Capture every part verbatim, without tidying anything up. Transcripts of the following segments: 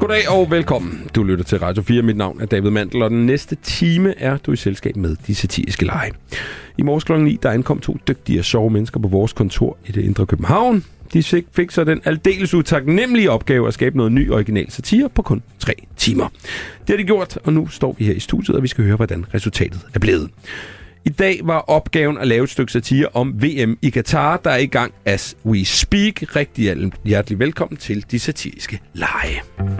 Goddag og velkommen. Du lytter til Radio fire. Mit navn er David Mandel, og den næste time er du i selskab med De Satiriske Lege. I morges klokken ni, der ankom to dygtige og sjove mennesker på vores kontor i det indre København. De fik så den aldeles utaknemmelige opgave at skabe noget ny original satire på kun tre timer. Det har de gjort, og nu står vi her i studiet, og vi skal høre, hvordan resultatet er blevet. I dag var opgaven at lave et stykke satire om V M i Katar, der er i gang as we speak. Rigtig hjertelig velkommen til De Satiriske Lege.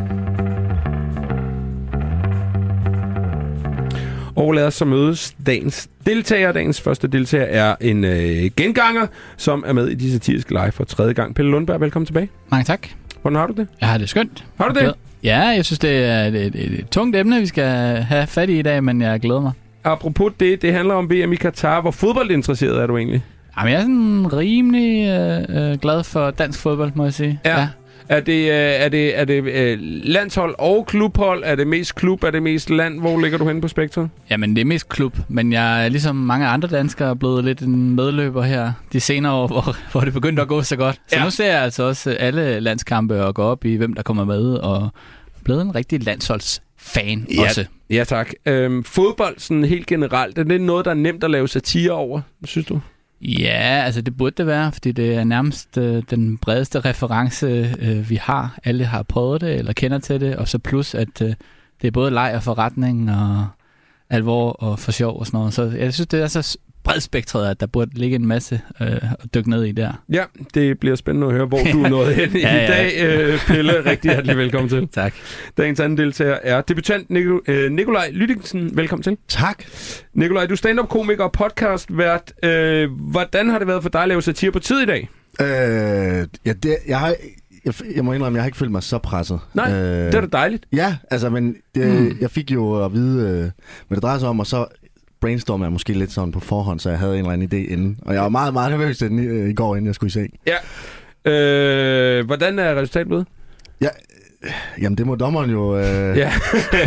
Og lad os så mødes dagens deltager. Dagens første deltager er en øh, genganger, som er med i De Satiriske Lege for tredje gang. Pelle Lundberg, velkommen tilbage. Mange tak. Hvordan har du det? Jeg har det skønt. Har du det? Ja, jeg synes, det er et, et, et, et tungt emne, vi skal have fat i i dag, men jeg glæder mig. Apropos det, det handler om V M i Katar. Hvor fodboldinteresseret er du egentlig? Jamen, jeg er sådan rimelig øh, øh, glad for dansk fodbold, må jeg sige. Ja. ja. Er det, øh, er det, er det øh, landshold og klubhold? Er det mest klub? Er det mest land? Hvor ligger du henne på spektret? Jamen, det er mest klub, men jeg er ligesom mange andre danskere blevet lidt en medløber her de senere år, hvor, hvor det begyndte at gå så godt. Så ja. Nu ser jeg altså også alle landskampe og går op i, hvem der kommer med, og blevet en rigtig landsholdsfan ja. også. Ja, tak. Øhm, fodbold sådan helt generelt, er det noget, der er nemt at lave satire over, synes du? Ja, altså det burde det være, fordi det er nærmest øh, den bredeste reference, øh, vi har. Alle har prøvet det, eller kender til det, og så plus, at øh, det er både leg og forretning, og alvor og for sjov og sådan noget. Så jeg synes, det er så bredt spektret, at der burde ligge en masse øh, at dykke ned i der. Ja, det bliver spændende at høre, hvor du er nået hen ja, i dag. Ja. Øh, Pelle, rigtig hjertelig velkommen til. Tak. Dagens anden deltager er debutant Nicol- øh, Nikolaj Lydingsen. Velkommen til. Tak. Nikolaj, du er stand-up-komiker og podcastvært. Øh, hvordan har det været for dig at lave satire på tid i dag? Øh, ja, det, jeg har... Jeg, jeg må indrømme, jeg har ikke følt mig så presset. Nej, øh, det er da dejligt. Ja, altså, men det, mm. jeg fik jo at vide, øh, hvad det drejer sig om, og så brainstormede jeg måske lidt sådan på forhånd, så jeg havde en eller anden idé inden. Og jeg var meget, meget nervøs i, øh, i går, inden jeg skulle i seng. Ja. Øh, hvordan er resultatet blevet? Ja, øh, jamen det må dommeren jo... Øh, ja.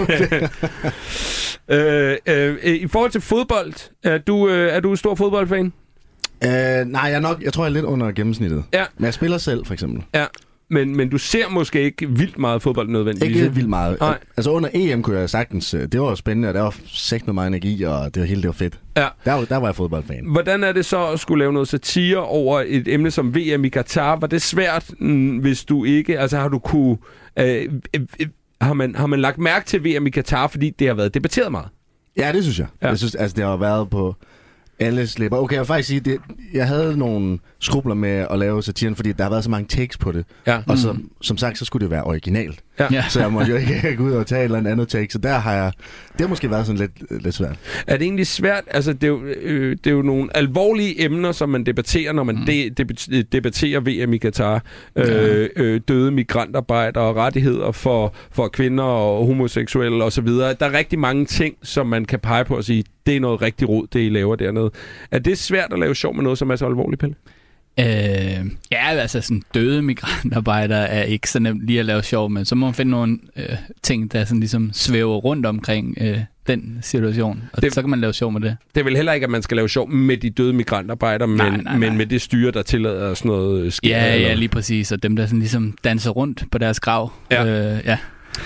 øh, øh, I forhold til fodbold, er du, øh, er du en stor fodboldfan? Øh, nej, jeg er nok, jeg tror, jeg er lidt under gennemsnittet. Ja. Men jeg spiller selv, for eksempel. Ja. Men, men du ser måske ikke vildt meget fodbold nødvendigvis? Ikke vildt meget. Nej. Altså under E M kunne jeg sagtens... Det var jo spændende, og der var sæt med meget energi, og det var hele det var fedt. Ja. Der, der var jeg fodboldfan. Hvordan er det så at skulle lave noget satire over et emne som V M i Katar? Var det svært, hvis du ikke... Altså har du kunne... Øh, øh, øh, har, man, har man lagt mærke til V M i Katar, fordi det har været debatteret meget? Ja, det synes jeg. Ja. Jeg synes, altså det har været på... Alle slipper. Okay, jeg vil faktisk sige, det, jeg havde nogle skrubler med at lave satiren, fordi der har været så mange takes på det. Ja. Og så, som sagt, så skulle det være originalt. Ja. Så jeg måtte jo ikke gå ud og tage et eller andet take. Så der har jeg... Det har måske været sådan lidt, lidt svært. Er det egentlig svært? Altså, det er, jo, øh, det er jo nogle alvorlige emner, som man debatterer, når man mm. de, de, debatterer V M i Katar. Øh, øh, døde migrantarbejdere og rettigheder for, for kvinder og homoseksuelle osv. Der er rigtig mange ting, som man kan pege på og sige, det er noget rigtig rod, det I laver dernede. Er det svært at lave sjov med noget, som er så alvorligt, Pelle? Øh, ja, altså sådan døde migrantarbejdere er ikke så nemt lige at lave sjov med. Så må man finde nogle øh, ting, der sådan ligesom svæver rundt omkring øh, den situation. Og det, så kan man lave sjov med det. Det er vel heller ikke, at man skal lave sjov med de døde migrantarbejdere, nej, men, nej, nej. men med det styre, der tillader sådan noget sker. Ja, eller? ja, lige præcis. Og dem, der sådan ligesom danser rundt på deres grav. Ja. Øh, ja.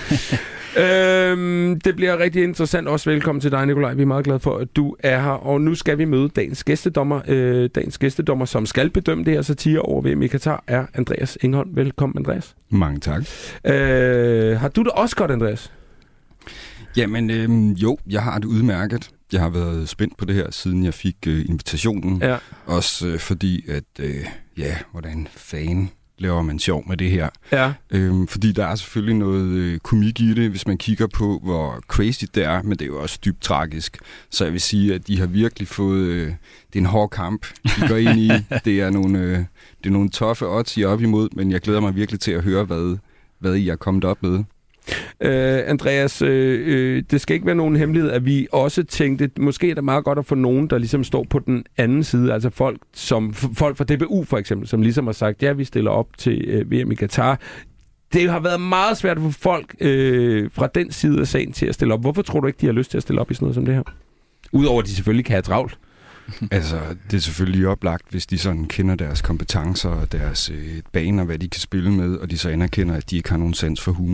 Øhm, det bliver rigtig interessant. Også velkommen til dig, Nikolaj. Vi er meget glade for, at du er her. Og nu skal vi møde dagens gæstedommer. Øh, dagens gæstedommer, som skal bedømme det her satire over V M i Katar, er Andreas Engholm. Velkommen, Andreas. Mange tak. Øh, har du det også godt, Andreas? Jamen, øh, jo, jeg har det udmærket. Jeg har været spændt på det her, siden jeg fik øh, invitationen. Ja. Også øh, fordi, at øh, ja, hvordan fanden laver man sjov med det her. Ja. Øhm, fordi der er selvfølgelig noget øh, komik i det, hvis man kigger på, hvor crazy det er, men det er jo også dybt tragisk. Så jeg vil sige, at de har virkelig fået... Øh, det er en hård kamp, de går ind i. Det er nogle, øh, det er nogle toffe odds, I er op imod, men jeg glæder mig virkelig til at høre, hvad, hvad I er kommet op med. Uh, Andreas, øh, øh, det skal ikke være nogen hemmelighed, at vi også tænkte, måske er det meget godt at få nogen, der ligesom står på den anden side, altså folk som folk fra D B U for eksempel, som ligesom har sagt, ja, vi stiller op til øh, V M i Katar. Det har været meget svært for folk øh, fra den side af sagen til at stille op. Hvorfor tror du ikke, de har lyst til at stille op i sådan noget som det her? Udover at de selvfølgelig kan have travlt. Altså, det er selvfølgelig oplagt, hvis de sådan kender deres kompetencer og deres øh, baner, hvad de kan spille med, og de så anerkender, at de ikke har nogen sans for humor. Mm.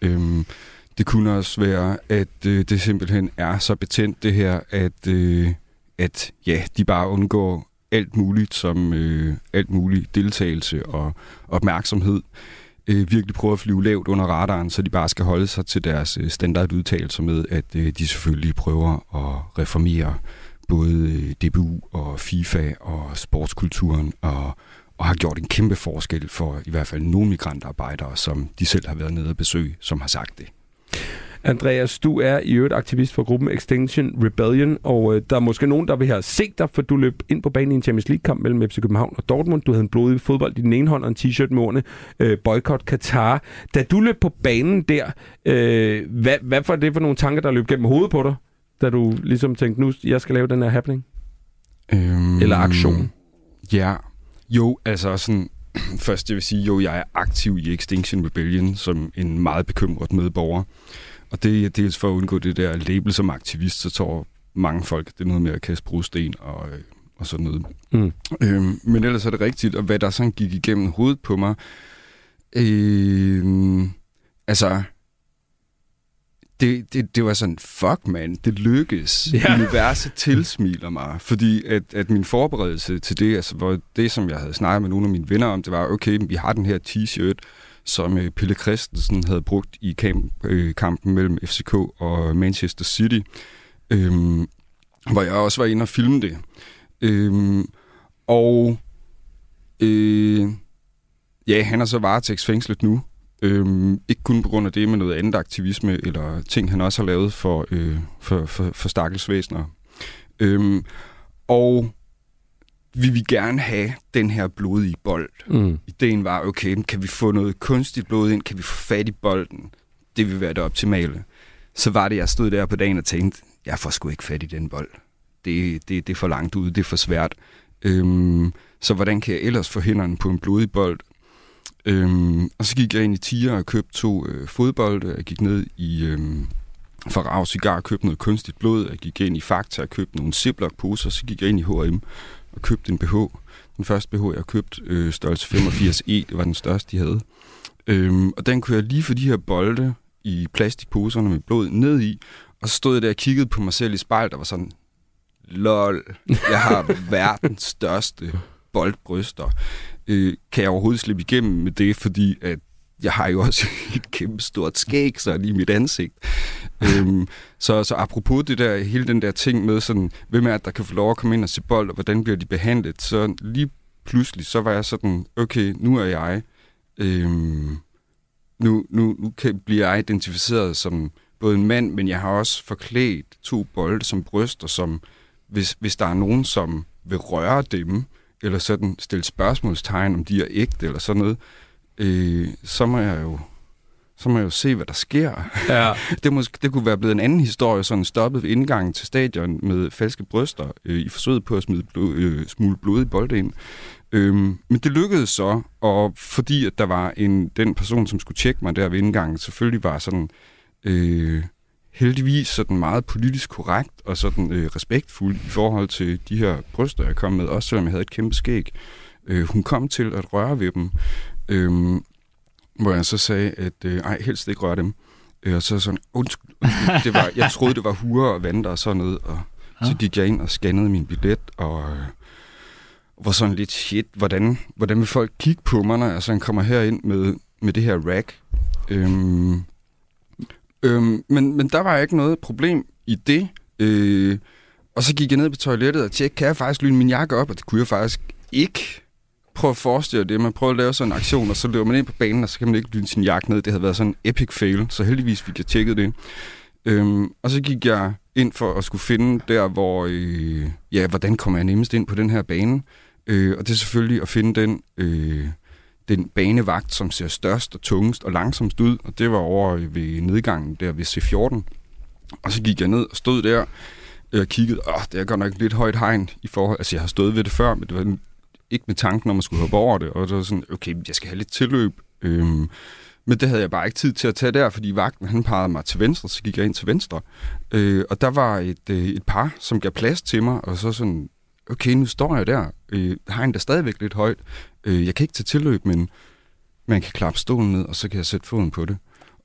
Øhm, det kunne også være, at øh, det simpelthen er så betændt det her, at, øh, at ja, de bare undgår alt muligt som øh, alt muligt deltagelse og opmærksomhed. Øh, virkelig prøver at flyve lavt under radaren, så de bare skal holde sig til deres øh, standardudtalelser med, at øh, de selvfølgelig prøver at reformere både D B U og FIFA og sportskulturen, og, og har gjort en kæmpe forskel for i hvert fald nogle migrantarbejdere, som de selv har været nede at besøge, som har sagt det. Andreas, du er i øvrigt aktivist for gruppen Extinction Rebellion, og øh, der er måske nogen, der vil have set dig, for du løb ind på banen i en Champions League-kamp mellem F C København og Dortmund. Du havde en blodig fodbold i den ene hånd og en t-shirt med ordene øh, Boycott Qatar. Da du løb på banen der, øh, hvad, hvad var det for nogle tanker, der løb gennem hovedet på dig, da du ligesom tænkte, nu jeg skal lave den her happening? Øhm, Eller aktion? Ja, jo, altså sådan... Først jeg vil sige, jo, jeg er aktiv i Extinction Rebellion som en meget bekymret medborger. Og det er dels for at undgå det der label som aktivist, så tror mange folk, det er noget med at kaste brosten og, og sådan noget. Mm. Øhm, men ellers er det rigtigt, og hvad der sådan gik igennem hovedet på mig, øh, altså, det, det, det var sådan, fuck man, det lykkes. Yeah. Universet tilsmiler mig, fordi at, at min forberedelse til det, altså var det, som jeg havde snakket med nogle af mine venner om, det var, okay, vi har den her t-shirt, som øh, Pelle Christensen havde brugt i kamp, øh, kampen mellem F C K og Manchester City, øh, hvor jeg også var inde og filme det. Øh, og øh, ja, han er så varetægtsfængslet nu. Øh, ikke kun på grund af det, med noget andet aktivisme, eller ting, han også har lavet for, øh, for, for, for stakkelsvæsener. Øh, og vi vil gerne have den her blodige bold. Mm. Ideen var, okay, kan vi få noget kunstigt blod ind? Kan vi få fat i bolden? Det vil være det optimale. Så var det, jeg stod der på dagen og tænkte, jeg får sgu ikke fat i den bold. Det, det, det er for langt ude, det er for svært. Øhm, så hvordan kan jeg ellers få hænderne på en blodig bold? Øhm, og så gik jeg ind i Tiger og købte to øh, fodbolde. Jeg gik ned i øhm, Farag Cigar og købte noget kunstigt blod. Jeg gik ind i Fakta og købte nogle Ziploc-poser. Så gik jeg ind i H og M og købte en B H. Den første B H, jeg købte, øh, størrelse femogfirs E, det var den største, de havde. Øhm, og den kunne jeg lige få de her bolde i plastikposerne med blod ned i, og så stod jeg der og kiggede på mig selv i spejl, der var sådan, lol, jeg har verdens største boldbryster. Øh, kan jeg overhovedet slippe igennem med det, fordi at jeg har jo også et kæmpe stort skæg så lige i mit ansigt. øhm, så, så apropos det der, hele den der ting med sådan, hvem er det, der kan få lov at komme ind og se bold, og hvordan bliver de behandlet, så lige pludselig, så var jeg sådan, okay, nu er jeg, øhm, nu, nu, nu kan, bliver jeg identificeret som både en mand, men jeg har også forklædt to bolde som bryster, som hvis, hvis der er nogen, som vil røre dem, eller sådan stille spørgsmålstegn, om de er ægte, eller sådan noget, Øh, så må jeg jo så må jeg jo se, hvad der sker. Ja. det, måske, det kunne være blevet en anden historie, sådan stoppet ved indgangen til stadion med falske bryster øh, i forsøget på at smide blod, øh, smule blod i bolde ind. Øh, men det lykkedes så, og fordi at der var en den person, som skulle tjekke mig der ved indgangen, selvfølgelig var sådan øh, heldigvis sådan meget politisk korrekt og sådan øh, respektfuld i forhold til de her bryster, jeg kom med, også selvom jeg havde et kæmpe skæg. Øh, hun kom til at røre ved dem. Øhm, hvor jeg så sagde, at øh, ej, helst ikke røre dem. Øh, og så sådan, undskyld, undskyld det var, jeg troede, det var huer og vanter og sådan noget. Og ja. Så gik jeg ind og scannede min billet, og øh, var sådan lidt, shit, hvordan, hvordan vil folk kigge på mig, når jeg sådan kommer herind med, med det her rack? Øhm, øhm, men, men der var ikke noget problem i det. Øh, og så gik jeg ned på toilettet og tjekkede, kan jeg faktisk lyne min jakke op? Og det kunne jeg faktisk ikke. Prøv at forestille det. Man prøver at lave sådan en aktion, og så løber man ind på banen, og så kan man ikke lyne sin jakke ned. Det havde været sådan en epic fail, så heldigvis fik jeg tjekket det. Øhm, og så gik jeg ind for at skulle finde der, hvor, øh, ja, hvordan kommer jeg nemmest ind på den her bane? Øh, og det er selvfølgelig at finde den, øh, den banevagt, som ser størst og tungest og langsomst ud, og det var over ved nedgangen der ved C fjorten. Og så gik jeg ned og stod der, og kiggede, åh, det er godt nok lidt højt hegn i forhold, altså jeg har stået ved det før, men det var ikke med tanken om at skulle hoppe over det, og så var sådan, okay, jeg skal have lidt tilløb. Øhm, men det havde jeg bare ikke tid til at tage der, fordi vagten, han pegede mig til venstre, så gik jeg ind til venstre. Øh, og der var et, øh, et par, som gav plads til mig, og så sådan, okay, nu står jeg der. Øh, hegnet er stadigvæk lidt højt. Øh, jeg kan ikke tage tilløb, men man kan klappe stolen ned, og så kan jeg sætte foden på det.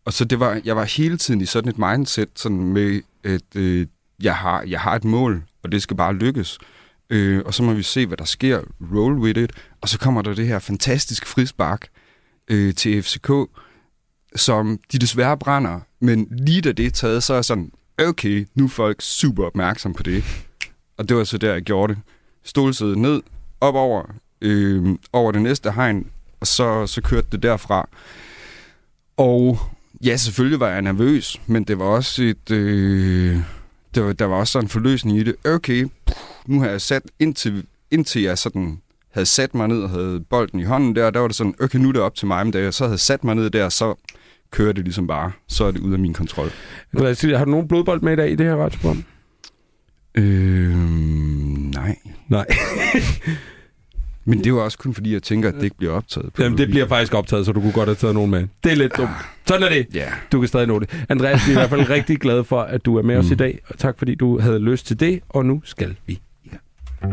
og så det var, jeg var hele tiden i sådan et mindset, sådan med, at øh, jeg, har, jeg har et mål, og det skal bare lykkes. Øh, og så må vi se, hvad der sker. Roll with it. Og så kommer der det her fantastiske frispark øh, til F C K, som de desværre brænder. Men lige da det er taget, så er jeg sådan, okay, nu er folk super opmærksom på det. Og det var så der, jeg gjorde det. Stolsædet ned, op over, øh, over det næste hegn, og så, så kørte det derfra. Og ja, selvfølgelig var jeg nervøs, men det var også et... Øh, det var, der var også sådan en forløsning i det. Okay, nu har jeg sat, indtil, indtil jeg sådan havde sat mig ned og havde bolden i hånden der, der var det sådan, okay, nu er det op til mig, men da jeg så havde sat mig ned der, så kører det ligesom bare. Så er det ude af min kontrol. Har du nogen blodbold med i dag i det her radioprogram? Øh, nej. Nej. Men det var også kun fordi, jeg tænker, at det ikke bliver optaget. På Jamen, det bliver faktisk optaget, så du kunne godt have taget nogen med. Det er lidt dumt. Sådan er det. Yeah. Du kan stadig nå det. Andreas, vi er i hvert fald rigtig glade for, at du er med mm. os i dag. Og tak, fordi du havde lyst til det. Og nu skal vi i gang.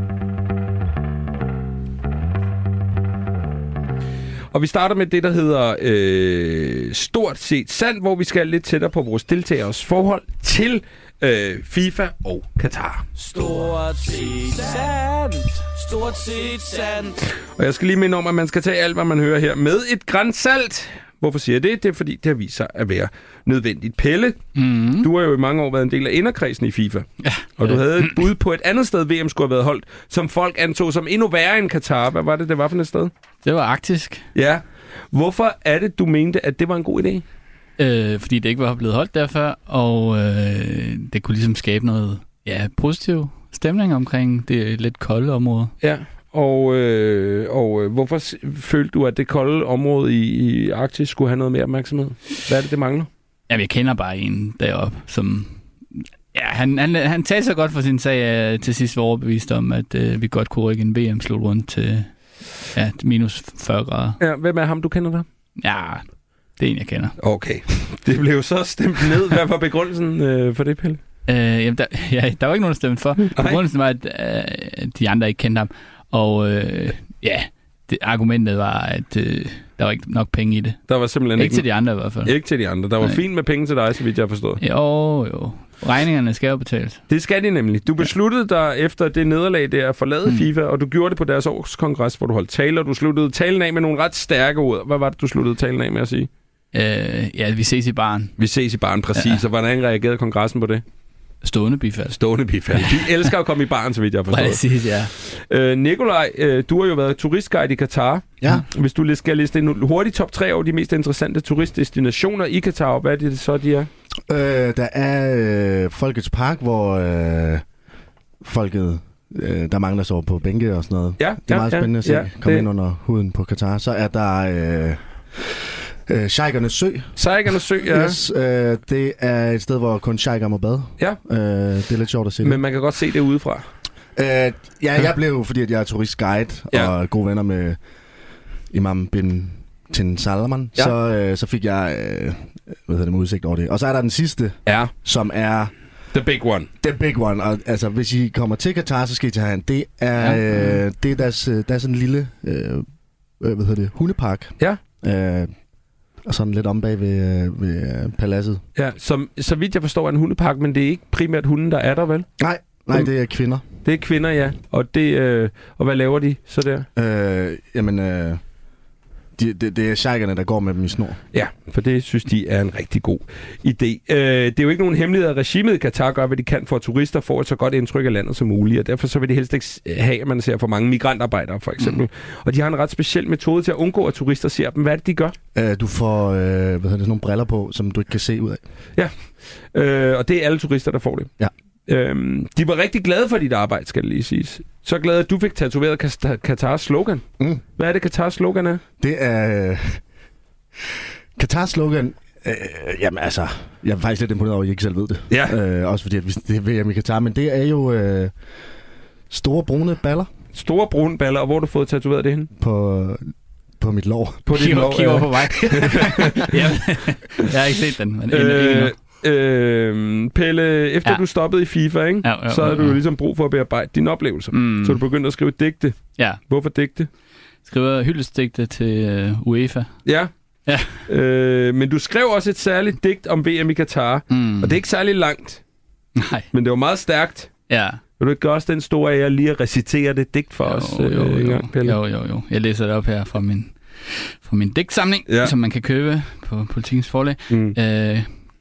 Og vi starter med det, der hedder øh, stort set sandt, hvor vi skal lidt tættere på vores deltagers forhold til øh, FIFA og Katar. Stort set sandt. Stort set sandt. Og jeg skal lige minde om, at man skal tage alt, hvad man hører her, med et gran salt. Hvorfor siger jeg det? Det er, fordi det har vist sig at være nødvendigt. Pelle, mm. du har jo i mange år været en del af inderkredsen i FIFA. Ja. Og du havde et bud på et andet sted, V M skulle have været holdt, som folk antog som endnu værre end Katar. Hvad var det, det var for et sted? Det var Arktisk. Ja. Hvorfor er det, du mente, at det var en god idé? Øh, fordi det ikke var blevet holdt derfor, og øh, det kunne ligesom skabe noget ja, positiv stemning omkring det lidt kolde område. Ja. Og, øh, og hvorfor følte du, at det kolde område i, i Arktis skulle have noget mere opmærksomhed? Hvad er det, det mangler? Jamen, jeg kender bare en deroppe, som... Ja, han, han, han talte så godt for sin sag, uh, til sidst var overbevist om, at uh, vi godt kunne rykke en V M-slutrunde til ja, minus fyrre grader. Ja, hvem er ham, du kender der? Ja, det er en, jeg kender. Okay. Det blev så stemt ned. Hvad var begrundelsen øh, for det, Pelle? Uh, jamen, der, ja, der var ikke nogen, der stemte for. Begrundelsen var, at uh, de andre ikke kendte ham. Og øh, ja, det, argumentet var, at øh, der var ikke nok penge i det. Der var simpelthen ikke... Ikke til de andre i hvert fald. Ikke til de andre. Der var Nej. fint med penge til dig, så vidt jeg har forstået. Jo, jo. Regningerne skal jo betales. Det skal de nemlig. Du besluttede dig efter det nederlag der at forlade mm. FIFA, og du gjorde det på deres årskongres, hvor du holdt taler. Du sluttede talen af med nogle ret stærke ord. Hvad var det, du sluttede talen af med at sige? Øh, ja, vi ses i baren. Vi ses i baren, præcis. Ja. Og hvordan reagerede kongressen på det? Stående bifald. Stående bifald. De elsker at komme i baren, så vidt jeg har forstået. Præcis, ja. Øh, Nikolaj, øh, du har jo været turistguide i Katar. Ja. Hvis du skal liste en hurtigt top tre over de mest interessante turistdestinationer i Katar, hvad er det så, de er? Øh, der er øh, Folkets Park, hvor øh, folket, øh, der mangler så på bænke og sådan noget. Ja, det er ja, meget spændende ja, at se. ja, Komme det... ind under huden på Katar. Så er der... Øh, Øh, Sheikernes Sø. Sheikernes Sø, ja. Yes, øh, det er et sted, hvor kun sheiker må bade. Ja. Øh, det er lidt sjovt at se det. Men man kan godt se det udefra. Øh, ja, jeg blev, fordi at jeg er turistguide ja. og gode venner med Imam bin Tin Salman, ja. så, øh, så fik jeg øh, hvad hedder det, med udsigt over det. Og så er der den sidste, ja. som er... The big one. The big one. Og, altså, hvis I kommer til Katar, så skal I tage hen. Det er, ja. øh, det er deres, der er sådan en lille øh, hvad hedder det, hundepark. Ja. Øh, Og sådan lidt om bag ved, ved paladset. Ja, som, så vidt jeg forstår er en hundepark, men det er ikke primært hunden, der er der, vel? Nej, nej, det er kvinder. Det er kvinder, ja. Og, det, øh, og hvad laver de så der? Øh, jamen, øh, de, det, det er sheikerne, der går med dem i snor. Ja, for det synes de er en rigtig god idé. Øh, det er jo ikke nogen hemmelighed, at regimet i Katar gør, hvad de kan for, at turister får et så godt indtryk af landet som muligt, og derfor så vil de helst ikke have, at man ser for mange migrantarbejdere, for eksempel. Mm. Og de har en ret speciel metode til at undgå, at turister ser dem. Hvad er det, de gør? Øh, du får øh, hvad hedder det, sådan nogle briller på, som du ikke kan se ud af. Ja, øh, og det er alle turister, der får det. Ja. Øhm, de var rigtig glade for dit arbejde, skal det lige siges. Så glade, at du fik tatoveret Katars slogan. Mm. Hvad er det, Katars slogan er? Det er... Øh, Katars slogan... Øh, jamen altså, jeg er faktisk lidt imponeret over, at I ikke selv ved det. Ja. Øh, også fordi, at det er V M i Katar, men det er jo øh, store brune baller. Store brune baller, og hvor har du fået tatoveret det henne? På... På mit lår. På dit lår, ja. på mig. Jeg har ikke set den, men øh, øh, Pelle, efter ja. du stoppede i FIFA, ikke? Ja, ja, så havde ja, ja. du jo ligesom brug for at bearbejde dine oplevelser. Mm. Så du begyndte at skrive digte. Ja. Hvorfor digte? Skriver hyldestigte til uh, UEFA. Ja. Ja. Øh, men du skrev også et særligt digt om V M i Katar, Mm. og det er ikke særlig langt, Nej. men det var meget stærkt. Ja. Vil du ikke gøre os den store ære lige at recitere det digt for jo, os jo, øh, jo, en gang, Pelle? jo, jo, jo. Jeg læser det op her fra min, fra min digtsamling, Ja. som man kan købe på Politikens Forlag. Mm. Øh,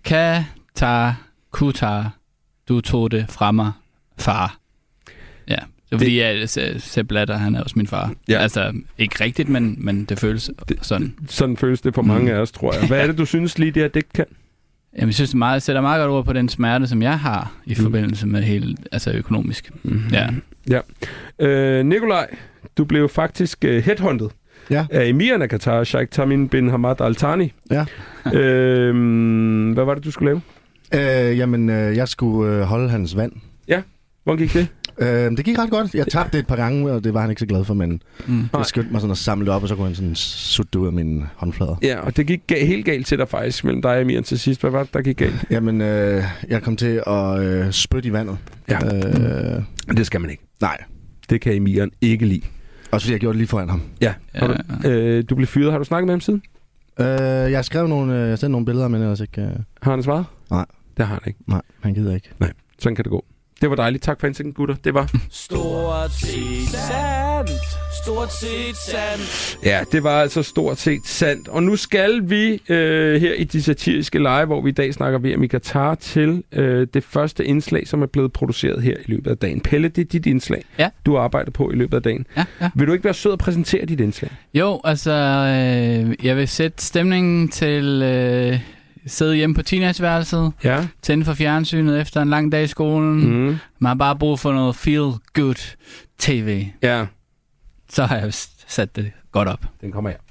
Katar, Kutar, du tog det fra mig, far. Ja, det er fordi, jeg, Sepp Blatter, han er også min far. Ja. Altså, ikke rigtigt, men, men det føles det, sådan. Sådan føles det for mange Mm. af os, tror jeg. Hvad er det, du synes lige, det her digt kan? Jamen, jeg synes, det meget, sætter meget godt ord på den smerte, som jeg har i Mm. forbindelse med hele, altså økonomisk. Mm. Ja. Ja. Øh, Nikolaj, du blev faktisk uh, headhunted Ja. af emiren af Katar, Sheikh Tamim bin Hamad Al Thani. Ja. øh, hvad var det, du skulle lave? Øh, jamen, øh, jeg skulle øh, holde hans vand. Hvordan gik det? Øh, det gik ret godt. Jeg tabte det et par gange, og det var han ikke så glad for, men Mm. jeg skyndte mig sådan at samle det op, og så kunne han sådan sutte det ud af mine håndflader. Ja, og det gik ga- helt galt til dig faktisk, mellem dig og emiren til sidst. Hvad var det, der gik galt? Jamen, øh, jeg kom til at øh, spytte i vandet. Ja. Øh, Det skal man ikke. nej. Det kan emiren ikke lide. Også fordi jeg gjorde det lige foran ham. Ja. Ja. Har du, øh, du blev fyret. Har du snakket med ham siden? Øh, jeg skrev nogle, øh, jeg sendte nogle billeder, men ellers ikke... Øh, Har han svaret? Nej. Det har han ikke. nej, han gider ikke. Sådan kan det gå. Det var dejligt. Tak for indsigten, gutter. Det var... Stort set sandt. Stort set sandt. Ja, det var altså stort set sandt. Og nu skal vi øh, her i de satiriske lege, hvor vi i dag snakker V M i Katar, til øh, det første indslag, som er blevet produceret her i løbet af dagen. Pelle, det er dit indslag, Ja. du arbejder på i løbet af dagen. Ja, ja. Vil du ikke være sød at præsentere dit indslag? Jo, altså, øh, jeg vil sætte stemningen til øh, sidde hjemme på teenageværelset, Ja. tænde for fjernsynet efter en lang dag i skolen. Mm. Man har bare brug for noget feel-good tv. Ja, Så har jeg sat det godt op. den kommer her.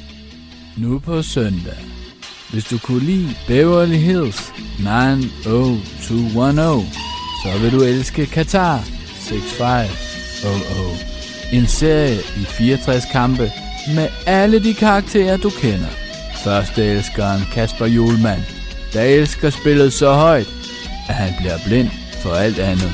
Nu på søndag. Hvis du kunne lide Beverly Hills nine oh two one oh, så vil du elske Qatar seks fem nul nul. En serie i fireogtres kampe med alle de karakterer, du kender. Førsteelskeren Kasper Hjulmand, der elsker spillet så højt, at han bliver blind for alt andet.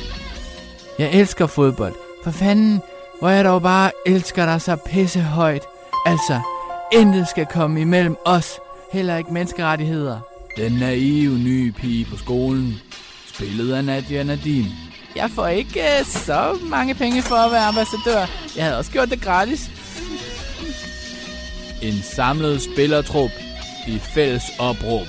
Jeg elsker fodbold. For fanden, hvor jeg dog bare elsker dig så pissehøjt. Altså, intet skal komme imellem os. Heller ikke menneskerettigheder. Den naive nye pige på skolen. Spillet af Nadia Nadim. Jeg får ikke uh, så mange penge for at være ambassadør. Jeg havde også gjort det gratis. En samlet spillertrup i fælles opråb.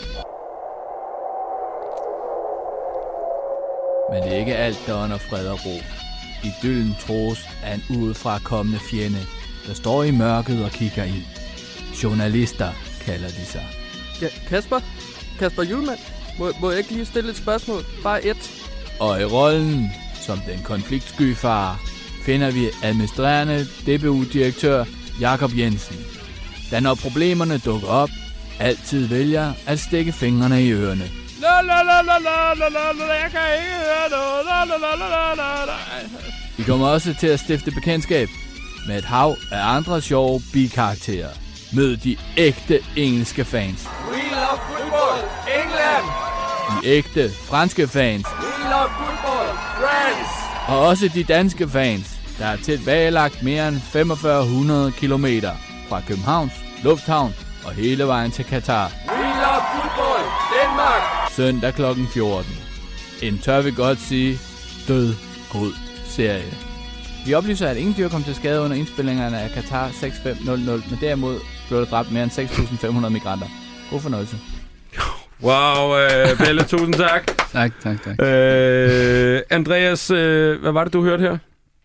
Men det er ikke alt, der under fred og ro. Idyllen tros af en udefra kommende fjende, der står i mørket og kigger ind. Journalister kalder de sig. Ja, Kasper? Kasper Hjulmand? Må, må jeg ikke lige stille et spørgsmål? Bare et. Og i rollen som den konfliktsky far finder vi administrerende D B U-direktør Jakob Jensen, der når problemerne dukker op, altid vælger at stikke fingrene i ørerne. La la la la la la la la, jeg kan ikke høre noget. La la la la la la la. Vi kommer også til at stifte bekendtskab med et hav af andre sjove bikarakterer. Mød de ægte engelske fans. We love football, England. De ægte franske fans. We love football, France. Og også de danske fans, der har tilbagelagt mere end fyrre hundrede kilometer fra Københavns Lufthavn og hele vejen til Katar. We love football, Denmark. Søndag klokken fjorten. En tør vi godt sige, død god serie. Vi oplyser, at ingen dyr kom til skade under indspillingerne af Qatar seks fem nul nul, men derimod blev der dræbt mere end seks tusind fem hundrede migranter. God fornøjelse. Wow, øh, Pelle, tusind tak. Tak, tak, tak. Øh, Andreas, øh, hvad var det, du hørte her?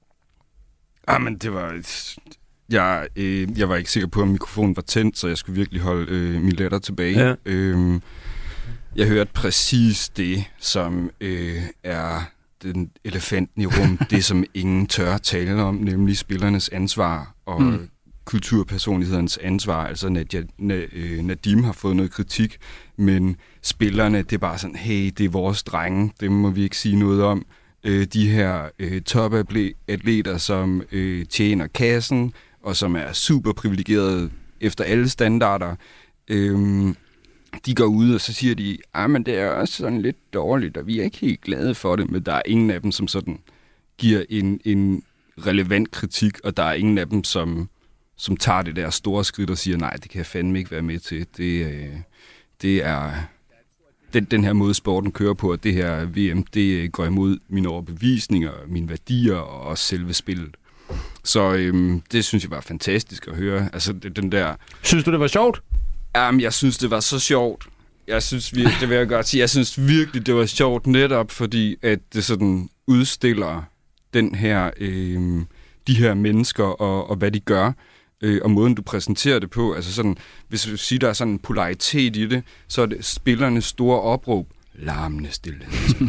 Ah, men det var... Jeg, øh, jeg var ikke sikker på, om mikrofonen var tændt, så jeg skulle virkelig holde øh, min latter tilbage. Ja. Øhm, jeg hørte præcis det, som øh, er den elefanten i rum, det som ingen tør tale om, nemlig spillernes ansvar og mm. kulturpersonlighedens ansvar. Altså Nadia, Nadim har fået noget kritik, men spillerne, det er bare sådan, hey, det er vores drenge, det må vi ikke sige noget om. Øh, de her øh, topatleter, som øh, tjener kassen, og som er super privilegerede efter alle standarder, øh, de går ud, og så siger de, ah, men det er også sådan lidt dårligt, og vi er ikke helt glade for det, men der er ingen af dem, som sådan giver en, en relevant kritik, og der er ingen af dem, som, som tager det der store skridt og siger, nej, det kan jeg fandme ikke være med til. Det, øh, det er den, den her måde, sporten kører på, og det her V M, det går imod mine overbevisninger, mine værdier og også selve spillet. Så øhm, det synes jeg var fantastisk at høre. Altså, det, den der... Synes du, det var sjovt? Jamen, jeg synes, det var så sjovt. Jeg synes virkelig, det vil jeg godt sige, jeg synes virkelig, det var sjovt netop, fordi at det sådan udstiller den her, øh, de her mennesker og, og hvad de gør, øh, og måden, du præsenterer det på. Altså sådan, hvis du siger, der er sådan en polaritet i det, så er det spillernes store opråb, larmende stillhed.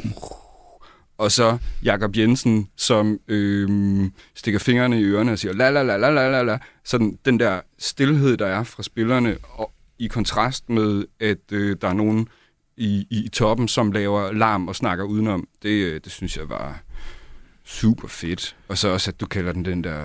Og så Jakob Jensen, som øh, stikker fingrene i ørerne og siger, la la la la la la la. Sådan den der stillhed, der er fra spillerne, og i kontrast med, at øh, der er nogen i, i toppen, som laver larm og snakker udenom. Det, det synes jeg var super fedt. Og så også, at du kalder den den der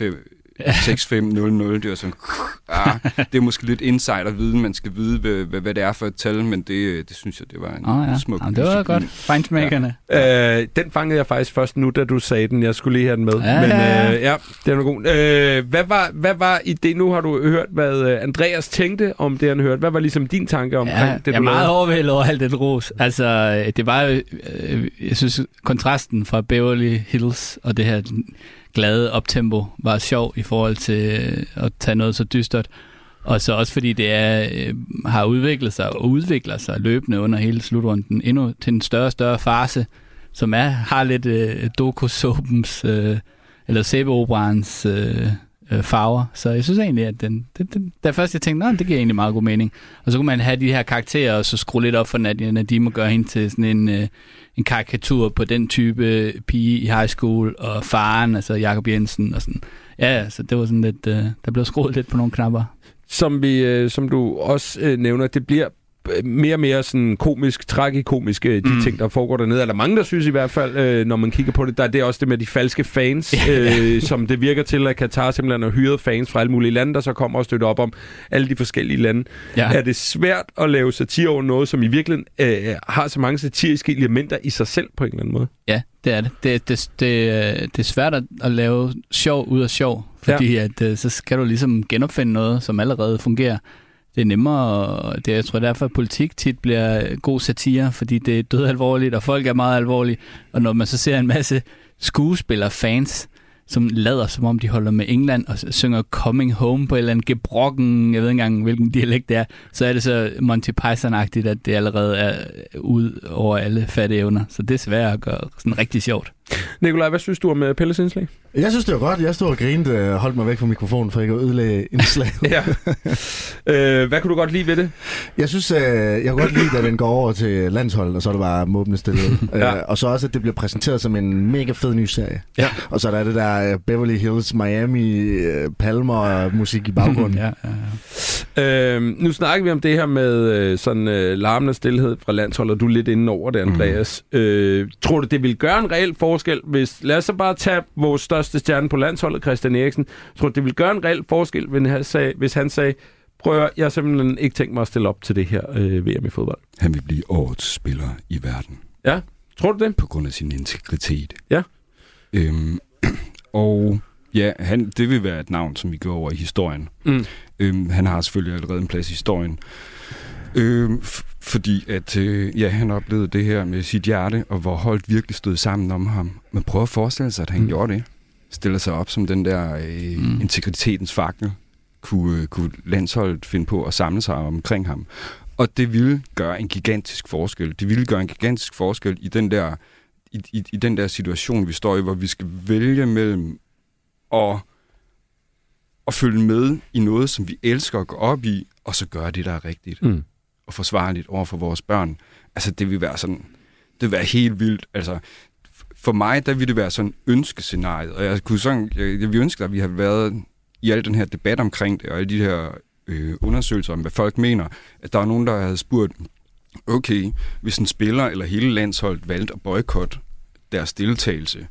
seks fem nul nul. Det er sådan, ah, det er måske lidt insider-viden. Man skal vide, hvad, hvad, hvad det er for et tal, men det, det synes jeg, det var en oh, ja. smuk Jamen, det var godt. Feinsmakerne. Ja. Øh, den fangede jeg faktisk først nu, da du sagde den. Jeg skulle lige have den med. Ja, men ja. Øh, ja, det var god. Øh, hvad, var, hvad var i det? Nu har du hørt, hvad Andreas tænkte om det, han hørte. Hvad var ligesom din tanke omkring ja, det, du jeg er meget lavede? overvældet over alt det ros. Altså, det var jo, øh, jeg synes, kontrasten fra Beverly Hills og det her glade optempo var sjov i forhold til at tage noget så dystert. Og så også fordi det er, øh, har udviklet sig og udvikler sig løbende under hele slutrunden endnu til en større og større fase, som er, har lidt øh, doku-soapens øh, eller sæbeoperaens øh, øh, farver. Så jeg synes egentlig, at den, den, den, der først jeg tænkte, det giver egentlig meget god mening. Og så kunne man have de her karakterer og så skrue lidt op for Nadia Nadim og gøre hende til sådan en, øh, en karikatur på den type pige i high school, og faren, altså Jakob Jensen og sådan. Ja, så det var sådan lidt, øh, der blev skruet lidt på nogle knapper. Som, vi, øh, som du også øh, nævner, det bliver mere og mere sådan komisk, tragikomisk, de mm. ting, der foregår dernede. Eller mange, der synes i hvert fald, øh, når man kigger på det, der er det også det med de falske fans, øh, som det virker til, at Katar simpelthen har hyret fans fra alle mulige lande, der så kommer og støtter op om alle de forskellige lande. Ja. Er det svært at lave satire over noget, som i virkeligheden øh, har så mange satiriske elementer i sig selv på en eller anden måde? Ja, det er det. Det, det, det, det er svært at, at lave sjov ud af sjov, fordi ja. at, så skal du ligesom genopfinde noget, som allerede fungerer. Det er nemmere, og det, jeg tror derfor, at politik tit bliver god satire, fordi det er død alvorligt, og folk er meget alvorlige. Og når man så ser en masse skuespillere, fans, som lader som om de holder med England og synger Coming Home på et eller andet gebrokken, jeg ved ikke engang, hvilken dialekt det er, så er det så Monty Python-agtigt, at det allerede er ud over alle fatte evner. Så det er svært at gøre sådan rigtig sjovt. Nikolaj, hvad synes du om Pelles indslag? Jeg synes, det var godt. Jeg stod og grinede og holdt mig væk fra mikrofonen, for ikke at ødelægge indslaget. ja. øh, hvad kunne du godt lide ved det? Jeg synes, øh, jeg kunne godt lide, at den går over til landsholdet, og så er det bare måbende stille. ja. øh, og så også, at det bliver præsenteret som en mega fed ny serie. Ja. Og så er der det der Beverly Hills, Miami, Palmer og musik i baggrunden. ja, ja, ja. Øh, nu snakker vi om det her med øh, sådan øh, larmende stillhed fra landsholdet, og du er lidt inde over det, Andreas. Mm. Øh, tror du, det vil gøre en reel forskel, hvis, lad os så bare tage vores største stjerne på landsholdet, Christian Eriksen. Tror du, det vil gøre en reel forskel, hvis han sagde, hvis han sagde prøv at, jeg har simpelthen ikke tænkt mig at stille op til det her øh, V M i fodbold? Han vil blive årets spiller i verden. Ja, tror du det? På grund af sin integritet. Ja. Øhm, og ja, han, det vil være et navn, som vi går over i historien. Mm. Øhm, han har selvfølgelig allerede en plads i historien. Øhm, f- fordi at øh, ja, han oplevede det her med sit hjerte, og hvor holdt virkelig stod sammen om ham. Men prøv at forestille sig, at han mm. gjorde det. Stiller sig op som den der øh, mm. integritetens fakkel. Kunne, kunne landsholdet finde på at samle sig omkring ham. Og det ville gøre en gigantisk forskel. Det ville gøre en gigantisk forskel i den der, i, i, i den der situation, vi står i, hvor vi skal vælge mellem at, at følge med i noget, som vi elsker at gå op i, og så gøre det, der er rigtigt. Mm. Og forsvarligt over for vores børn. Altså, det vil være sådan, det vil være helt vildt. Altså, for mig, der ville det være sådan ønskescenariet. Og jeg kunne sådan, jeg, jeg ville ønske, at vi har været i al den her debat omkring det, og alle de her øh, undersøgelser om, hvad folk mener, at der var nogen, der havde spurgt, okay, hvis en spiller eller hele landsholdet valgte at boykotte deres deltagelse,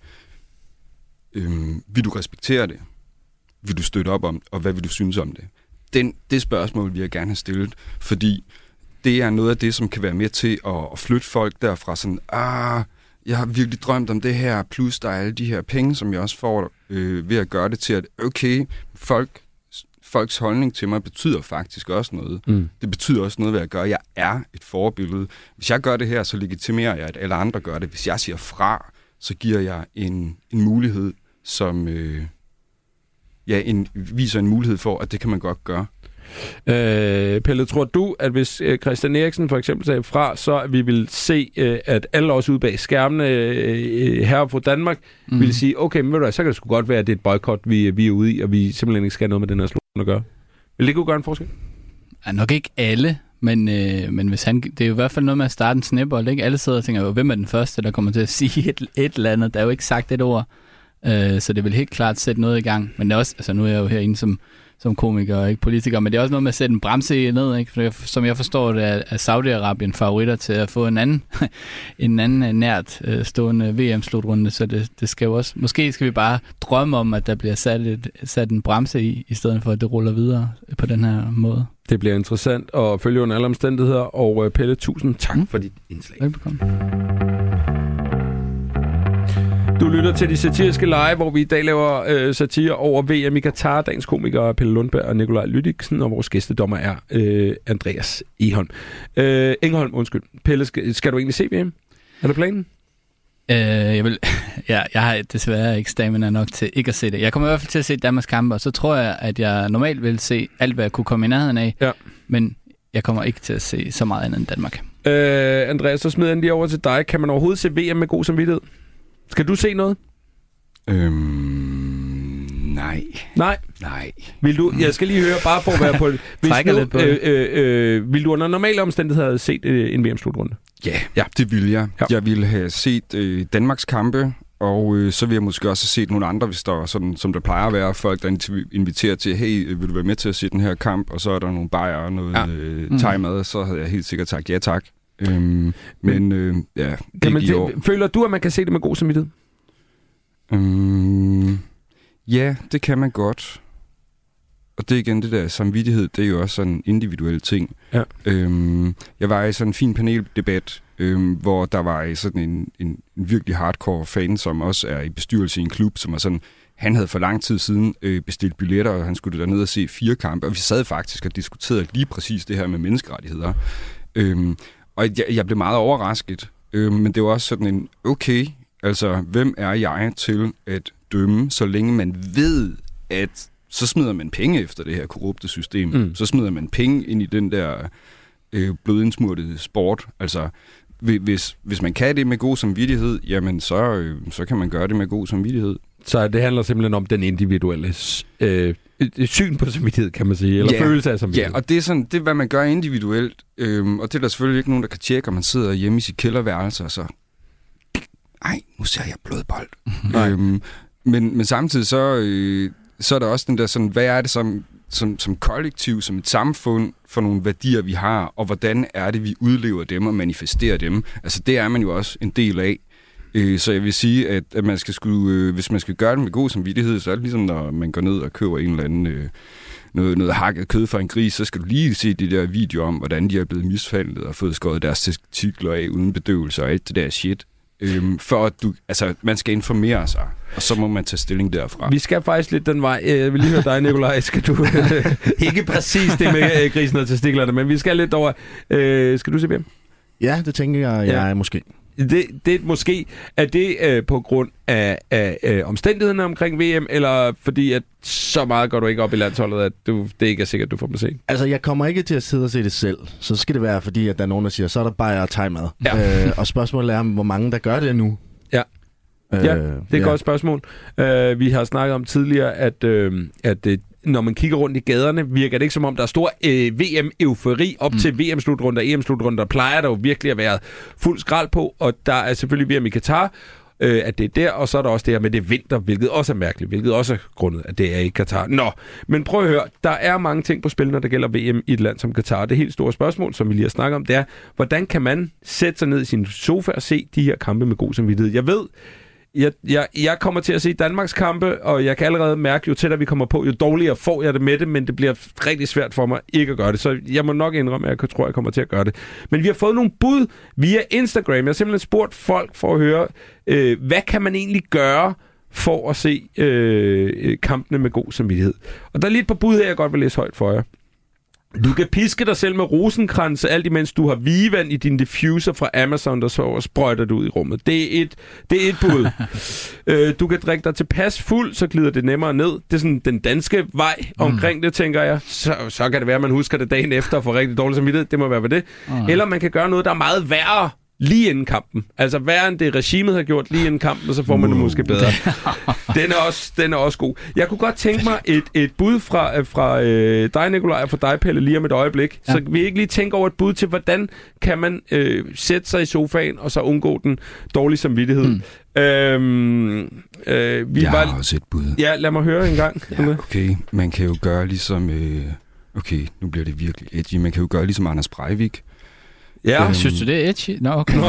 øh, vil du respektere det? Vil du støtte op om, og hvad vil du synes om det? Den, det spørgsmål vil jeg gerne have stillet, fordi det er noget af det, som kan være med til at, at flytte folk derfra sådan, ah, jeg har virkelig drømt om det her, plus der er alle de her penge, som jeg også får øh, ved at gøre det til, at okay, folk folks holdning til mig betyder faktisk også noget. Mm. Det betyder også noget, hvad jeg gør. Jeg er et forbillede. Hvis jeg gør det her, så legitimerer jeg, at alle andre gør det. Hvis jeg siger fra, så giver jeg en, en mulighed, som øh, ja, en, viser en mulighed for, at det kan man godt gøre. Øh, Pelle, tror du, at hvis øh, Christian Eriksen for eksempel sagde fra, så vi vil se, øh, at alle os ude bag skærmene øh, her på Danmark, mm. ville sige, okay, men ved du hvad, så kan det sgu godt være, at det er et boykot, vi, vi er ude i, og vi simpelthen ikke skal have noget med den her slogan at gøre. Vil det kunne gøre en forskel? Ja, nok ikke alle, men, øh, men hvis han, det er jo i hvert fald noget med at starte en snebold, ikke? Alle sidder og tænker, hvem er den første, der kommer til at sige et, et eller andet? Der er jo ikke sagt et ord, øh, så det vil helt klart sætte noget i gang. Men det er også, altså nu er jeg jo herinde som som komiker og ikke politiker, men det er også noget med at sætte en bremse ned, ikke? For som jeg forstår det, er Saudi-Arabien favoritter til at få en anden, en anden nært uh, stående V M-slutrunde, så det, det skal jo også, måske skal vi bare drømme om, at der bliver sat, et, sat en bremse i, i stedet for at det ruller videre på den her måde. Det bliver interessant at følge under alle omstændigheder, og Pelle, tusind tak mm. for dit indslag. Velbekomme. Du lytter til De Satiriske Lege, hvor vi i dag laver øh, satire over V M i Katar. Dagens komikere Pelle Lundberg og Nikolaj Lydiksen, og vores gæstedommer er øh, Andreas Egholm. Øh, Engholm, undskyld. Pelle, skal, skal du egentlig se V M? Er det planen? Øh, jeg, vil, ja, jeg har desværre ikke stamina nok til ikke at se det. Jeg kommer i hvert fald til at se Danmarks kampe, og så tror jeg, at jeg normalt vil se alt, hvad jeg kunne komme i nærheden af. Ja. Men jeg kommer ikke til at se så meget andet end Danmark. Øh, Andreas, så smider jeg lige over til dig. Kan man overhovedet se V M med god samvittighed? Skal du se noget? Øhm, nej. Nej? Nej. Vil du, jeg skal lige høre, bare for at være på det. Hvis nu, lidt på øh, øh, øh, vil du under normale omstændigheder have set øh, en V M-slutrunde? Ja, ja, det vil jeg. Ja. Jeg ville have set øh, Danmarks kampe, og øh, så vil jeg måske også have set nogle andre, hvis der sådan, som der plejer at være, folk, der inviterer til, hey, vil du være med til at se den her kamp? Og så er der nogle bajer og noget ja. øh, thai-mad, så havde jeg helt sikkert sagt ja tak. Øhm, men øh, ja, kan man, det, føler du, at man kan se det med god samvittighed? Øhm, ja, det kan man godt. Og det er igen det der samvittighed, det er jo også sådan en individuel ting. Ja. Øhm, jeg var i sådan en fin paneldebat, øhm, hvor der var sådan en, en, en virkelig hardcore fan, som også er i bestyrelse i en klub, som er sådan, han havde for lang tid siden øh, bestilt billetter, og han skulle derned og se fire kampe, og vi sad faktisk og diskuterede lige præcis det her med menneskerettigheder. Øhm, Og jeg, jeg blev meget overrasket, øh, men det var også sådan en, okay, altså, hvem er jeg til at dømme, så længe man ved, at så smider man penge efter det her korrupte system. Mm. Så smider man penge ind i den der øh, blodindsmurtede sport. Altså, hvis, hvis man kan det med god samvittighed, jamen, så, øh, så kan man gøre det med god samvittighed. Så det handler simpelthen om den individuelle øh, syn på samvittighed, kan man sige, eller ja, følelse af samvittighed. Ja, og det er, sådan, det er, hvad man gør individuelt, øhm, og det er der selvfølgelig ikke nogen, der kan tjekke, og man sidder hjemme i sit kælderværelse, og så, ej, nu ser jeg blodbold. øhm, men, men samtidig så, øh, så er der også den der sådan, hvad er det som, som, som kollektiv, som et samfund, for nogle værdier, vi har, og hvordan er det, vi udlever dem og manifesterer dem. Altså, det er man jo også en del af. Så jeg vil sige, at, at man skal skulle, hvis man skal gøre det med god samvittighed, så er det ligesom, når man går ned og køber en eller anden øh, noget, noget hakket kød fra en gris, så skal du lige se de der videoer om, hvordan de er blevet mishandlet og fået skåret deres testikler af uden bedøvelse og alt det der shit. Øhm, for at du, altså, man skal informere sig, og så må man tage stilling derfra. Vi skal faktisk lidt den vej. Jeg vil lige høre dig, Nikolaj. Skal du ikke præcis det med øh, grisen og testiklerne, men vi skal lidt over. Øh, skal du se hvem? Ja, det tænker jeg, jeg ja. måske. Det, det måske er det øh, på grund af, af øh, omstændighederne omkring V M, eller fordi at så meget går du ikke op i landsholdet, at du, det ikke er sikkert, at du får dem at se? Altså, jeg kommer ikke til at sidde og se det selv. Så skal det være, fordi at der er nogen, der siger, så er der bare thai-mad. Ja. Øh, og spørgsmålet er, hvor mange der gør det nu. Ja, øh, ja det er et ja. godt spørgsmål. Uh, vi har snakket om tidligere, at, uh, at uh, når man kigger rundt i gaderne, virker det ikke som om, der er stor øh, V M-eufori op mm. til V M-slutrunder og E M-slutrunder. Der plejer der jo virkelig at være fuld skrald på, og der er selvfølgelig V M i Katar, øh, at det er der, og så er der også det her med det vinter, hvilket også er mærkeligt, hvilket også er grundet, at det er i Katar. Nå, men prøv at høre, der er mange ting på spil, når det gælder V M i et land som Katar. Det helt store spørgsmål, som vi lige har snakket om, det er, hvordan kan man sætte sig ned i sin sofa og se de her kampe med god samvittighed? Jeg ved, Jeg, jeg, jeg kommer til at se Danmarks kampe, og jeg kan allerede mærke, jo tættere vi kommer på, jo dårligere får jeg det med det, men det bliver rigtig svært for mig ikke at gøre det. Så jeg må nok indrømme, at jeg tror, jeg kommer til at gøre det. Men vi har fået nogle bud via Instagram. Jeg har simpelthen spurgt folk for at høre, øh, hvad kan man egentlig gøre for at se øh, kampene med god samvittighed. Og der er lige et par bud her, jeg godt vil læse højt for jer. Du kan piske dig selv med rosenkranse, alt imens du har vigevand i din diffuser fra Amazon, der så sprøjter du ud i rummet. Det er et, det er et bud. øh, du kan drikke dig tilpas fuld, så glider det nemmere ned. Det er sådan den danske vej omkring mm. det, tænker jeg. Så, så kan det være, at man husker det dagen efter og får rigtig dårlig samvittighed. Det må være ved det. Mm. Eller man kan gøre noget, der er meget værre lige inden kampen. Altså værre end det regimet har gjort lige inden kampen, og så får man det måske bedre. Den er også, den er også god. Jeg kunne godt tænke mig et, et bud fra, fra øh, dig, Nikolaj, og fra dig, Pelle, lige om et øjeblik. Ja. Så vi ikke lige tænke over et bud til, hvordan kan man øh, sætte sig i sofaen, og så undgå den dårlige samvittighed. Mm. Øhm, øh, vi jeg var... har også et bud. Ja, lad mig høre en gang. Ja, okay, man kan jo gøre ligesom... Øh... Okay, nu bliver det virkelig edgy. Man kan jo gøre ligesom Anders Breivik. Ja, øhm, synes du, det er edgy? Nå, okay.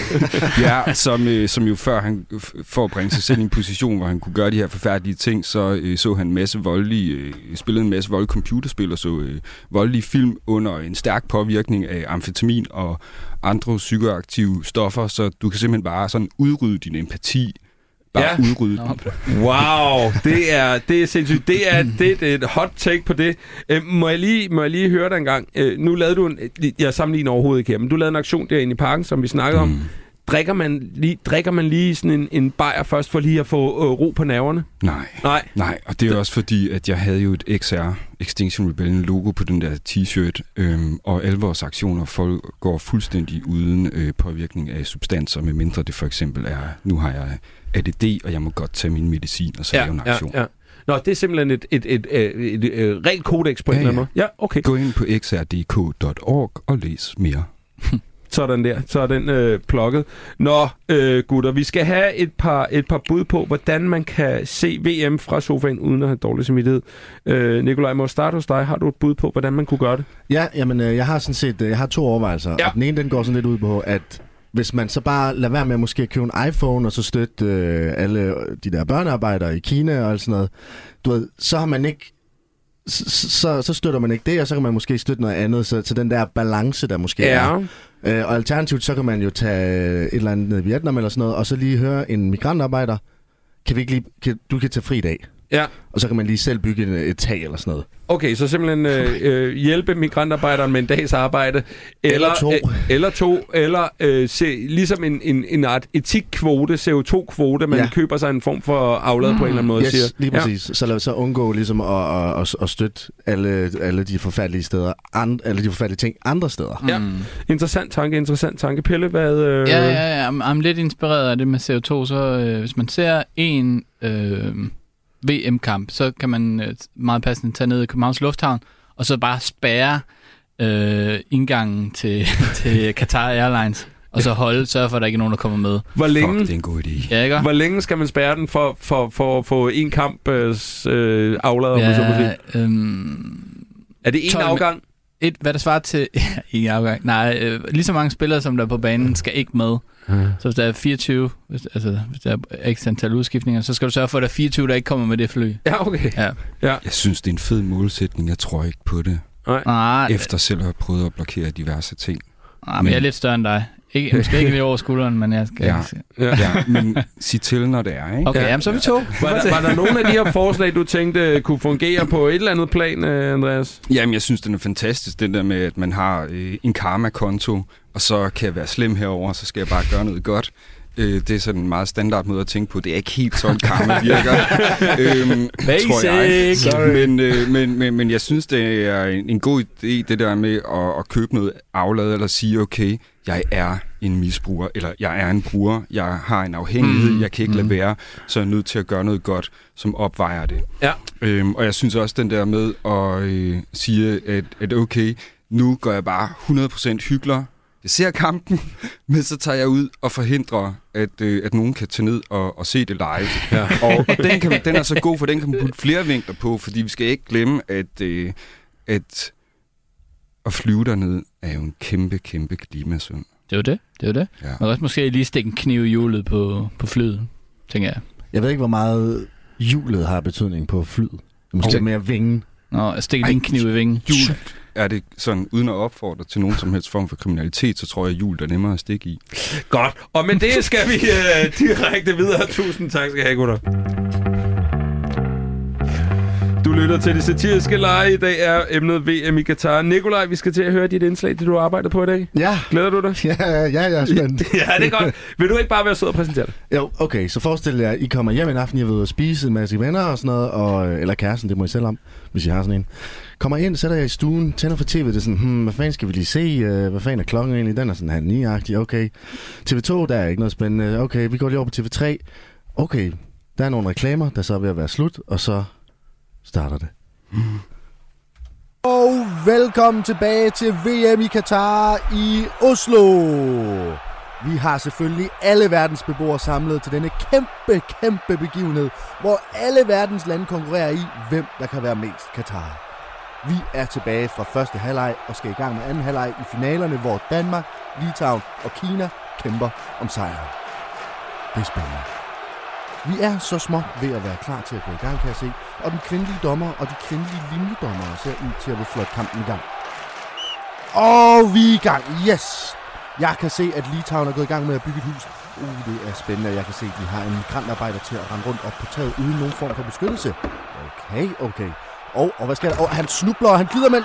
ja, som, øh, som jo før han, for at bringe sig selv i en position, hvor han kunne gøre de her forfærdelige ting, så øh, så han en masse voldelige, øh, spillede en masse voldelige computerspil og så øh, voldelige film under en stærk påvirkning af amfetamin og andre psykoaktive stoffer, så du kan simpelthen bare sådan udrydde din empati. Bare ja. udrydde den. Wow, det er, det er sindssygt. Det er, det, det er et hot take på det. Øh, må, jeg lige, må jeg lige høre dig en gang? Øh, nu lavede du en... Jeg sammenligner overhovedet ikke her, men du lavede en aktion derinde i parken, som vi snakkede mm. om. Drikker man lige, drikker man lige sådan en, en bajer først, for lige at få øh, ro på nerverne? Nej. Nej. Nej, og det er også fordi, at jeg havde jo et X R, Extinction Rebellion logo på den der t-shirt, øhm, og alle vores aktioner folk går fuldstændig uden øh, påvirkning af substanser, medmindre det for eksempel er, nu har jeg A D D, og jeg må godt tage min medicin og så ja, lave en aktion. Ja, ja. Nå, det er simpelthen et, et, et, et, et, et, et rent kodex på ja, en eller anden måde. Ja, okay. Gå ind på x r d k punktum org og læs mere. Sådan der. Så er den øh, plukket. Nå, øh, gutter, vi skal have et par, et par bud på, hvordan man kan se V M fra sofaen, uden at have dårlig samvittighed. Øh, Nikolaj, må jeg starte hos dig. Har du et bud på, hvordan man kunne gøre det? Ja, jamen, øh, jeg har sådan set jeg har to overvejelser. Ja. Og den ene, den går sådan lidt ud på, at hvis man så bare lader være med at måske købe en iPhone, og så støtte øh, alle de der børnearbejdere i Kina og alt sådan noget, du ved, så har man ikke så, så støtter man ikke det, og så kan man måske støtte noget andet, så til den der balance, der måske ja. er. Øh, og alternativt, så kan man jo tage et eller andet ned i Vietnam eller sådan noget, og så lige høre en migrantarbejder, kan vi ikke lige, kan, du kan tage fri dag. Ja. Og så kan man lige selv bygge et, et tag eller sådan noget. Okay, så simpelthen øh, øh, hjælpe migrantarbejderen med en dags arbejde. Eller, eller to. Øh, eller to, eller øh, se, ligesom en, en, en art etikkvote, C O to kvote, man ja. køber sig en form for aflad mm. på en eller anden måde. Yes, siger. lige præcis. Ja. Så lad os så undgå ligesom at, at, at, at støtte alle, alle de forfærdelige steder, and, alle de forfærdelige ting andre steder. Ja, mm. interessant tanke, interessant tanke. Pelle, hvad... Øh... Ja, ja, ja, jeg er lidt inspireret af det med C O to, så øh, hvis man ser en... Øh, V M-kamp, så kan man øh, meget passende tage ned i Københavns Lufthavn, og så bare spærre øh, indgangen til, til Qatar Airlines, og så holde, sørge for, at der ikke er nogen, der kommer med. Hvor længe, Fuck, det er en god idé. Ja, ikke? Hvor længe skal man spærre den for, for, for at få en kamp øh, afladet? Ja, øhm, er det en afgang? Et, hvad der svarer til... en afgang. Nej, øh, lige så mange spillere, som der er på banen, skal ikke med. Hmm. Så hvis der er fireogtyve, hvis, altså hvis der er ekstra antal udskiftninger, så skal du sørge for, at der er fireogtyve, der ikke kommer med det fly. Ja, okay. Ja. Ja. Jeg synes, det er en fed målsætning. Jeg tror ikke på det. Nej. Efter selv at have prøvet at blokere diverse ting. Nej, men, men jeg er lidt større end dig. Ikke, måske ikke lige over skulderen, men jeg skal ja. ikke ja. ja, men sig til, når det er, ikke? Okay, ja. Jamen, så er vi to. Var der, var der nogle af de her forslag, du tænkte kunne fungere på et eller andet plan, Andreas? Jamen, jeg synes, den er fantastisk, den der med, at man har øh, en karma-konto, og så kan jeg være slem herover, så skal jeg bare gøre noget godt. Øh, det er sådan en meget standard måde at tænke på. Det er ikke helt sådan, karma virker. øhm, tror jeg. Men, øh, men, men, men jeg synes, det er en, en god idé, det der med at, at købe noget aflad, eller sige, okay, jeg er en misbruger, eller jeg er en bruger, jeg har en afhængighed, mm. jeg kan ikke lade være, så er jeg nødt til at gøre noget godt, som opvejer det. Ja. Øhm, og jeg synes også, den der med at øh, sige, at, at okay, nu går jeg bare hundrede procent hyggelig. Jeg ser kampen, men så tager jeg ud og forhindrer, at, øh, at nogen kan tage ned og, og se det live. Ja. Og, og den, kan, den er så god, for den kan man putte flere vinkler på, fordi vi skal ikke glemme, at, øh, at at flyve derned er jo en kæmpe, kæmpe klimasynd. Det er jo det, det er jo det. Ja. Man kan også måske lige stikke en kniv i hjulet på, på flyet, tænker jeg. Jeg ved ikke, hvor meget hjulet har betydning på flyet. Det måske okay. mere vingen. Nå, stikke en kniv i vingen. Hjul. er det sådan, uden at opfordre til nogen som helst form for kriminalitet, så tror jeg, at jul er nemmere at stikke i. Godt. Og med det skal vi uh, direkte videre. Tusind tak skal I have, gutter. Du lytter til Det Satiriske Lege. I dag er emnet V M i Katar. Nikolaj, vi skal til at høre dit indslag, det du har arbejdet på i dag. Ja. Glæder du dig? Ja, ja, jeg er spændt. Ja, det er godt. Vil du ikke bare være sød og præsentere det? Jo, okay. Så forestil jer, at I kommer hjem en aften, I er ved at spise en masse venner og sådan noget, og, eller kæresten, det må I selv om, hvis I har sådan en. Kommer ind, sætter jeg i stuen, tænder for tv, det er sådan, hmm, hvad fanden skal vi lige se? Hvad fanden er klokken egentlig? Den er sådan halv ni-agtig, okay. T V to, der er ikke noget spændende. Okay, vi går lige over på T V tre. Okay, der er nogle reklamer, der så er ved at være slut, og så starter det. Mm. Og velkommen tilbage til V M i Katar i Oslo. Vi har selvfølgelig alle verdens beboere samlet til denne kæmpe, kæmpe begivenhed, hvor alle verdens lande konkurrerer i, hvem der kan være mest Katar. Vi er tilbage fra første halvleg og skal i gang med anden halvleg i finalerne, hvor Danmark, Litauen og Kina kæmper om sejren. Det er spændende. Vi er så småt ved at være klar til at gå i gang, kan jeg se, og den kvindelige dommer og de kvindelige linjedommere ser ud til at vil flot kampen i gang. Og vi er i gang, yes! Jeg kan se, at Litauen er gået i gang med at bygge et hus. Uh, det er spændende, jeg kan se, at de har en migrantarbejder til at rende rundt op på taget uden nogen form for beskyttelse. Okay, okay. Og, og hvad sker der? Og han snubler, og han glider, men...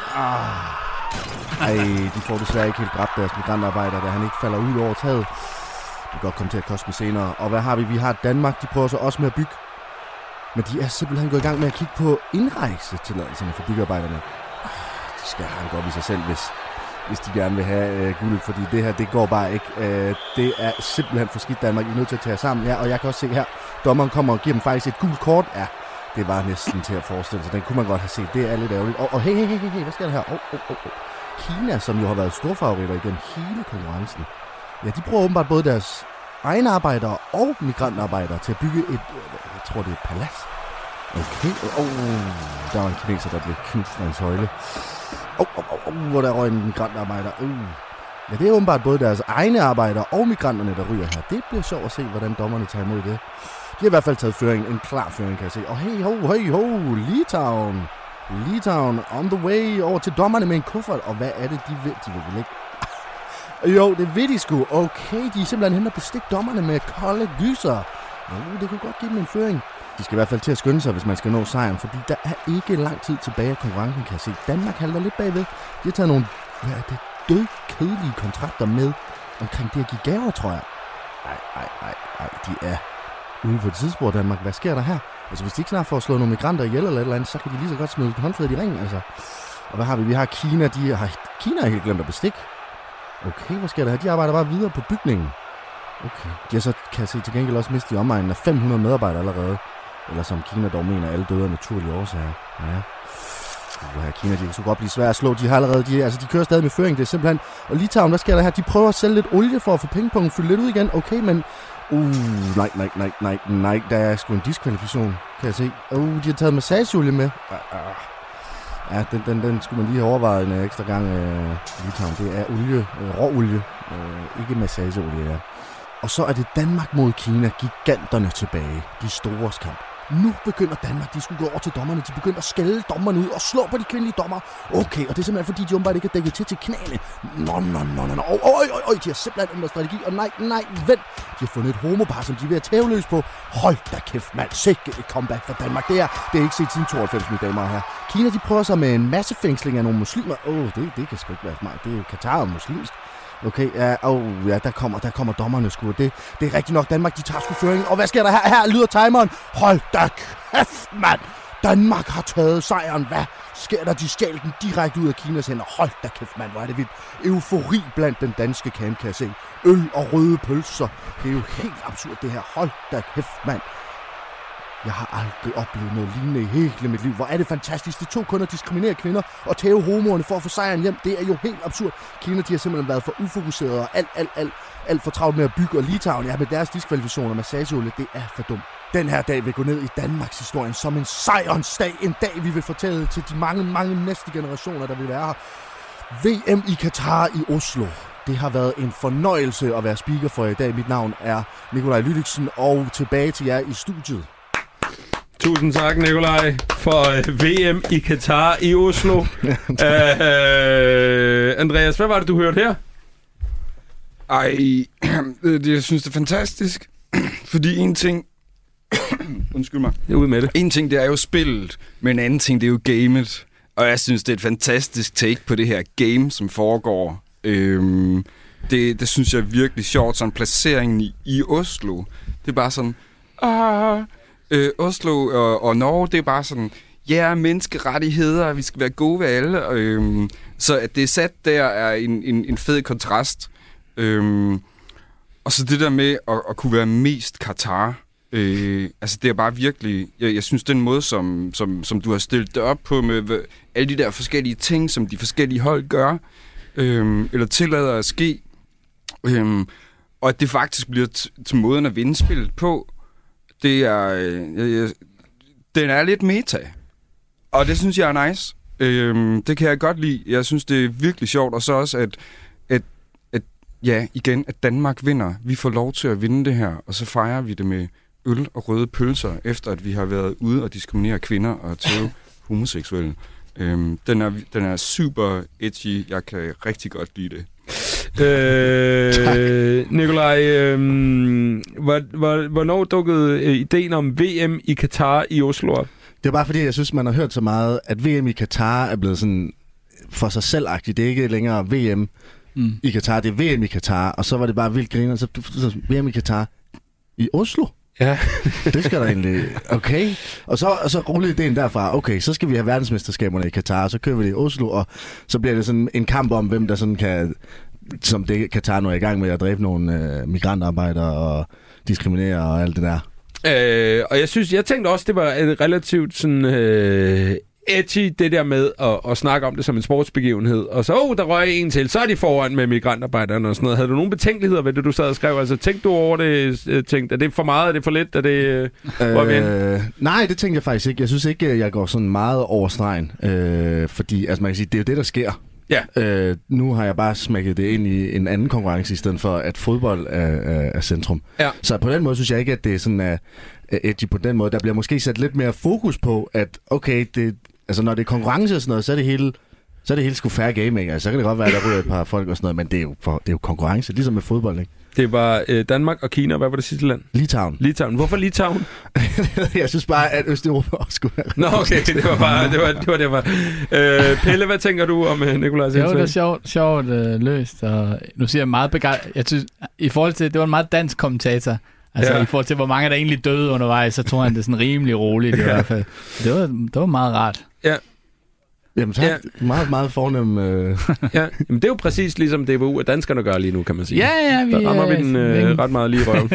Ah. Ej, de får desværre ikke helt dræbt deres migrantarbejder, da han ikke falder ud over taget. Det kan godt komme til at koste mig senere. Og hvad har vi? Vi har Danmark, de prøver så også med at bygge. Men de er simpelthen gået i gang med at kigge på indrejsetilladelserne for byggearbejderne. De skal have godt i sig selv, hvis, hvis de gerne vil have øh, guld, fordi det her, det går bare ikke. Øh, det er simpelthen for skidt, Danmark. I er nødt til at tage sammen. Ja, og jeg kan også se her, dommeren kommer og giver dem faktisk et gult kort. Ja, det var næsten til at forestille sig. Den kunne man godt have set. Det er lidt ærgerligt. Og, og hey, hey, hey, hey, hvad sker der her? Oh, oh, oh, oh. Kina, som jo har været storfavoritter igennem hele konkurrencen. Ja, de bruger åbenbart både deres egne arbejdere og migrantarbejdere til at bygge et, jeg tror det er et palads. Okay, åh, oh, der var en kineser, der blev knust af en søjle. Åh, oh, oh, oh, hvor der røg en migrantarbejder. Uh. Ja, det er åbenbart både deres egne arbejdere og migranterne, der ryger her. Det bliver sjovt at se, hvordan dommerne tager imod det. De har i hvert fald taget føring, en klar føring, kan jeg se. Og hey, ho, hey, ho, Litauen. Litauen on the way over til dommerne med en kuffert. Og hvad er det, de vil? De vil vel ikke... Jo, det vil de sgu. Okay, de er simpelthen hen og bestik dommerne med kolde gyser. Jo, det kunne godt give dem en føring. De skal i hvert fald til at skynde sig, hvis man skal nå sejren, fordi der er ikke lang tid tilbage af konkurrencen, kan jeg se. Danmark halter lidt bagved. De har taget nogle hvad er det, dødkedelige kontrakter med omkring det at give gaver, tror jeg. Ej, ej, ej, ej, de er ude på et tidsspor, Danmark. Hvad sker der her? Altså, hvis de ikke snart får slået nogle migranter ihjel eller et eller andet, så kan de lige så godt smide håndklædet i ringen, altså. Og hvad har vi? Vi har Kina, de har... Kina er helt glemt at bestikke. Okay, hvad sker der her? De arbejder bare videre på bygningen. Okay. De har så, kan jeg se, til gengæld også mistet i omegnen af fem hundrede medarbejdere allerede. Eller som Kina dog mener, alle døde af naturlige årsager. Ja. Uh, her Kina, de kan så godt blive svære at slå. De har allerede, de, altså de kører stadig med føring, det er simpelthen... Og Litauen, hvad sker der her? De prøver at sælge lidt olie for at få pengepunkten fyldt lidt ud igen. Okay, men... Uh, nej, nej, nej, nej, nej, der er sgu en diskvalifikation, kan jeg se. Uh, de har taget massageolie med. Uh, uh. Ja, den, den, den skulle man lige have overvejet en ekstra gang. Øh, Litauen. Det er olie, øh, råolie, øh, ikke massageolie. Ja. Og så er det Danmark mod Kina, giganterne tilbage. De store kamp. Nu begynder Danmark, de skulle gå over til dommerne. De begynder at skælde dommerne ud og slå på de kvindelige dommer. Okay, og det er simpelthen fordi, de åbenbart ikke er dækket til til knæene. Nå, nå, nå, nå, nå. Oj, oj, oj, de har simpelthen ændret strategi. Og nej, nej, vent. De har fundet et homopar, som de er ved at tæve løs på. Hold da kæft, mand. Sikke et comeback for Danmark. Det er, det er ikke set siden tooghalvfems, mine damer her. Kina, de prøver sig med en masse fængsling af nogle muslimer. Åh, oh, det, det kan sgu ikke være smart. Det er jo Katar og muslimsk. Okay, ja, oh, ja, der kommer, der kommer dommerne sgu. Det, det er rigtigt nok, Danmark, de tager sgu føringen. Og hvad sker der her? Her lyder timeren. Hold da kæft, mand. Danmark har taget sejren. Hvad sker der? De stjal den direkte ud af Kinas hænder. Hold da kæft, mand. Hvor er det vildt. Eufori blandt den danske camp, kan jeg se. Øl og røde pølser. Det er jo helt absurd, det her. Hold da kæft, mand. Jeg har aldrig oplevet noget lignende i hele mit liv. Hvor er det fantastisk. De to kunder diskriminerer kvinder og tæve homoerne for at få sejren hjem. Det er jo helt absurd. Kina, de har simpelthen været for ufokuseret og alt, alt, alt, alt for travlt med at bygge. Og Litauen, ja, med deres diskvalifikationer og massageolie, det er for dumt. Den her dag vil gå ned i Danmarks historien som en sejrens dag. En dag, vi vil fortælle til de mange, mange næste generationer, der vil være her. V M i Katar i Oslo. Det har været en fornøjelse at være speaker for i dag. Mit navn er Nikolaj Lydiksen, og tilbage til jer i studiet. Tusind tak, Nikolaj, for uh, V M i Katar i Oslo. uh, uh, Andreas, hvad var det, du hørte her? Ej, det, jeg synes, det er fantastisk. Fordi en ting... Undskyld mig. Jeg er ude med det. En ting, det er jo spillet, men en anden ting, det er jo gamet. Og jeg synes, det er et fantastisk take på det her game, som foregår. Øhm, det, det synes jeg er virkelig sjovt. Sådan placeringen i, i Oslo. Det er bare sådan... Ah, øh, Oslo og, og Norge, det er bare sådan... Ja, yeah, menneskerettigheder, vi skal være gode ved alle. Øhm, så at det er sat der, er en, en, en fed kontrast. Øhm, og så det der med at, at kunne være mest Katar... Øh, altså det er bare virkelig, jeg, jeg synes den måde som, som, som du har stillet det op på med hvad, alle de der forskellige ting, som de forskellige hold gør øh, eller tillader at ske, øh, og at det faktisk bliver t- til måden at vinde spillet på, det er øh, jeg, den er lidt meta, og det synes jeg er nice. øh, det kan jeg godt lide. Jeg synes det er virkelig sjovt, og så også at, at, at ja, igen, at Danmark vinder. Vi får lov til at vinde det her, og så fejrer vi det med øl og røde pølser, efter at vi har været ude og diskriminere kvinder og tæve homoseksuelle. Øhm, den, er, den er super edgy. Jeg kan rigtig godt lide det. øh, Nikolaj, øh, hvor, hvor, hvornår dukkede øh, ideen om V M i Katar i Oslo op? Det er bare fordi, jeg synes, man har hørt så meget, at V M i Katar er blevet sådan for sig selv-agtigt. Det er ikke længere V M mm. i Katar, det er V M i Katar, og så var det bare vildt griner. Så, så V M i Katar i Oslo? Ja. Det skal der egentlig... Okay. Og så, og så rullede ideen derfra. Okay, så skal vi have verdensmesterskaberne i Katar, og så kører vi det i Oslo, og så bliver det sådan en kamp om, hvem der sådan kan... Som det Katar nu er i gang med at dræbe nogle øh, migrantarbejdere og diskriminere og alt det der. Øh, og jeg synes, jeg tænkte også, det var et relativt sådan... Øh edgy, det der med at, at snakke om det som en sportsbegivenhed. Og så, oh, der røg en til. Så er de foran med migrantarbejderne og sådan noget. Havde du nogle betænkeligheder ved det, du sad og skrev? Altså, tænkte du over det? Tænkte, er det for meget? Er det for lidt? Er det... Øh, nej, det tænkte jeg faktisk ikke. Jeg synes ikke, jeg går sådan meget over stregen. Øh, fordi, altså man kan sige, det er jo det, der sker. Ja. Øh, nu har jeg bare smækket det ind i en anden konkurrence, i stedet for, at fodbold er, er, er centrum. Ja. Så på den måde synes jeg ikke, at det er sådan er edgy på den måde. Der bliver måske sat lidt mere fokus på, at okay, det, altså når det er konkurrence og sådan noget, så er det hele, så er det hele sgu fair game, ikke? Altså, så kan det godt være, at der ryger et par folk og sådan noget, men det er jo, for, det er jo konkurrence, ligesom med fodbold, ikke? Det var øh, Danmark og Kina. Hvad var det sidste land? Litauen. Litauen. Hvorfor Litauen? Jeg synes bare, at Østeuropa også skulle være... Nå, okay. Det var bare... Det var, det var, det var. Øh, Pelle, hvad tænker du om uh, Nikolajs indslag? Jo, det er sjovt, sjovt øh, løst. Og nu siger jeg meget begejstret. Jeg synes, i forhold til... Det var en meget dansk kommentator. Altså, ja. I forhold til, hvor mange der egentlig døde undervejs, så tror han, det er sådan rimelig roligt i hvert fald. Det var, det var meget rart. Ja. Jamen tak. Ja. Meget, meget fornem... Øh... ja, jamen, det er jo præcis ligesom D V U, at danskerne gør lige nu, kan man sige. Ja, ja, vi... Der rammer vi den øh, ret meget lige i røven.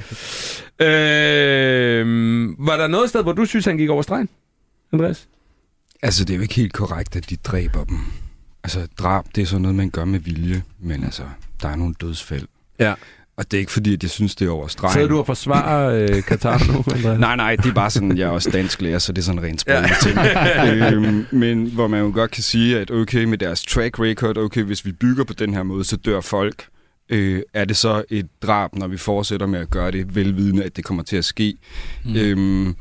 øh, var der noget sted, hvor du synes, han gik over stregen, Andreas? Altså, det er jo ikke helt korrekt, at de dræber dem. Altså, drab, det er sådan noget, man gør med vilje, men altså, der er nogle dødsfald. Ja. Og det er ikke fordi, at jeg synes, det er over stregen. Så du og forsvarer øh, Katar nu? Eller? nej, nej, det er bare sådan, jeg er også dansk lærer, så det er sådan rent sprogligt ting. øhm, men hvor man jo godt kan sige, at okay, med deres track record, okay, hvis vi bygger på den her måde, så dør folk. Øh, er det så et drab, når vi fortsætter med at gøre det, velvidende, at det kommer til at ske? Mm. Øhm,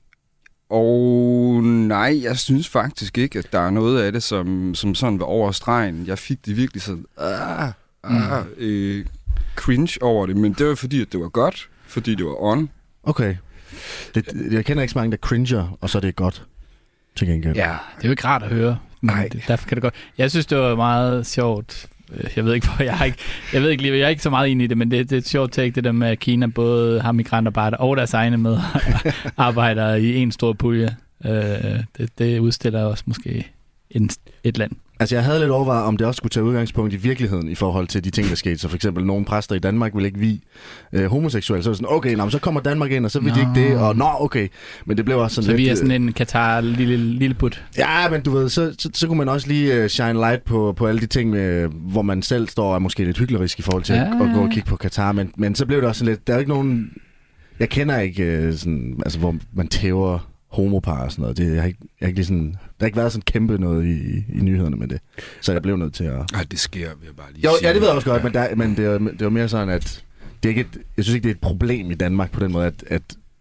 og nej, jeg synes faktisk ikke, at der er noget af det, som, som sådan var over stregen. Jeg fik det virkelig sådan... Ah, ah, mm. øh, cringe over det, men det var fordi, at det var godt, fordi det var on. Okay. Det, jeg kender ikke så mange, der cringer, og så er det godt til gengæld. Ja, det er jo ikke rart at høre. Nej. Det, derfor kan det godt. Jeg synes, det var meget sjovt. Jeg ved ikke, hvor jeg er ikke, jeg ved ikke lige, jeg er ikke så meget inde i det, men det, det er et sjovt take, det der med, at Kina både har migrantarbejdere og deres egne medarbejdere i en stor pulje. Det, det udstiller også måske en, et land. Altså, jeg havde lidt overvejet, om det også skulle tage udgangspunkt i virkeligheden i forhold til de ting, der skete. Så for eksempel, nogle præster i Danmark vil ikke vie øh, homoseksuelle. Så er det sådan, okay, nå, så kommer Danmark ind, og så vil nå. de ikke det. Og nå, okay. Men det blev også sådan så lidt... Så vi er sådan en Katar lille, lille put. Ja, men du ved, så, så, så kunne man også lige uh, shine light på, på alle de ting, med, hvor man selv står og er måske lidt hyklerisk i forhold til ja. at, at gå og kigge på Katar. Men, men så blev det også sådan lidt... Der er ikke nogen... Jeg kender ikke uh, sådan... Altså, hvor man tæver homopar og sådan noget. Det, jeg har ikke, jeg har ikke lige sådan, der har ikke været sådan kæmpe noget i, i nyhederne med det. Så jeg blev nødt til at... Ej, det sker, vil jeg bare lige jo, sige. Ja, det ved jeg også godt, ja. men, der, men det, er, det var mere sådan, at det er ikke et, jeg synes ikke, det er et problem i Danmark på den måde, at, at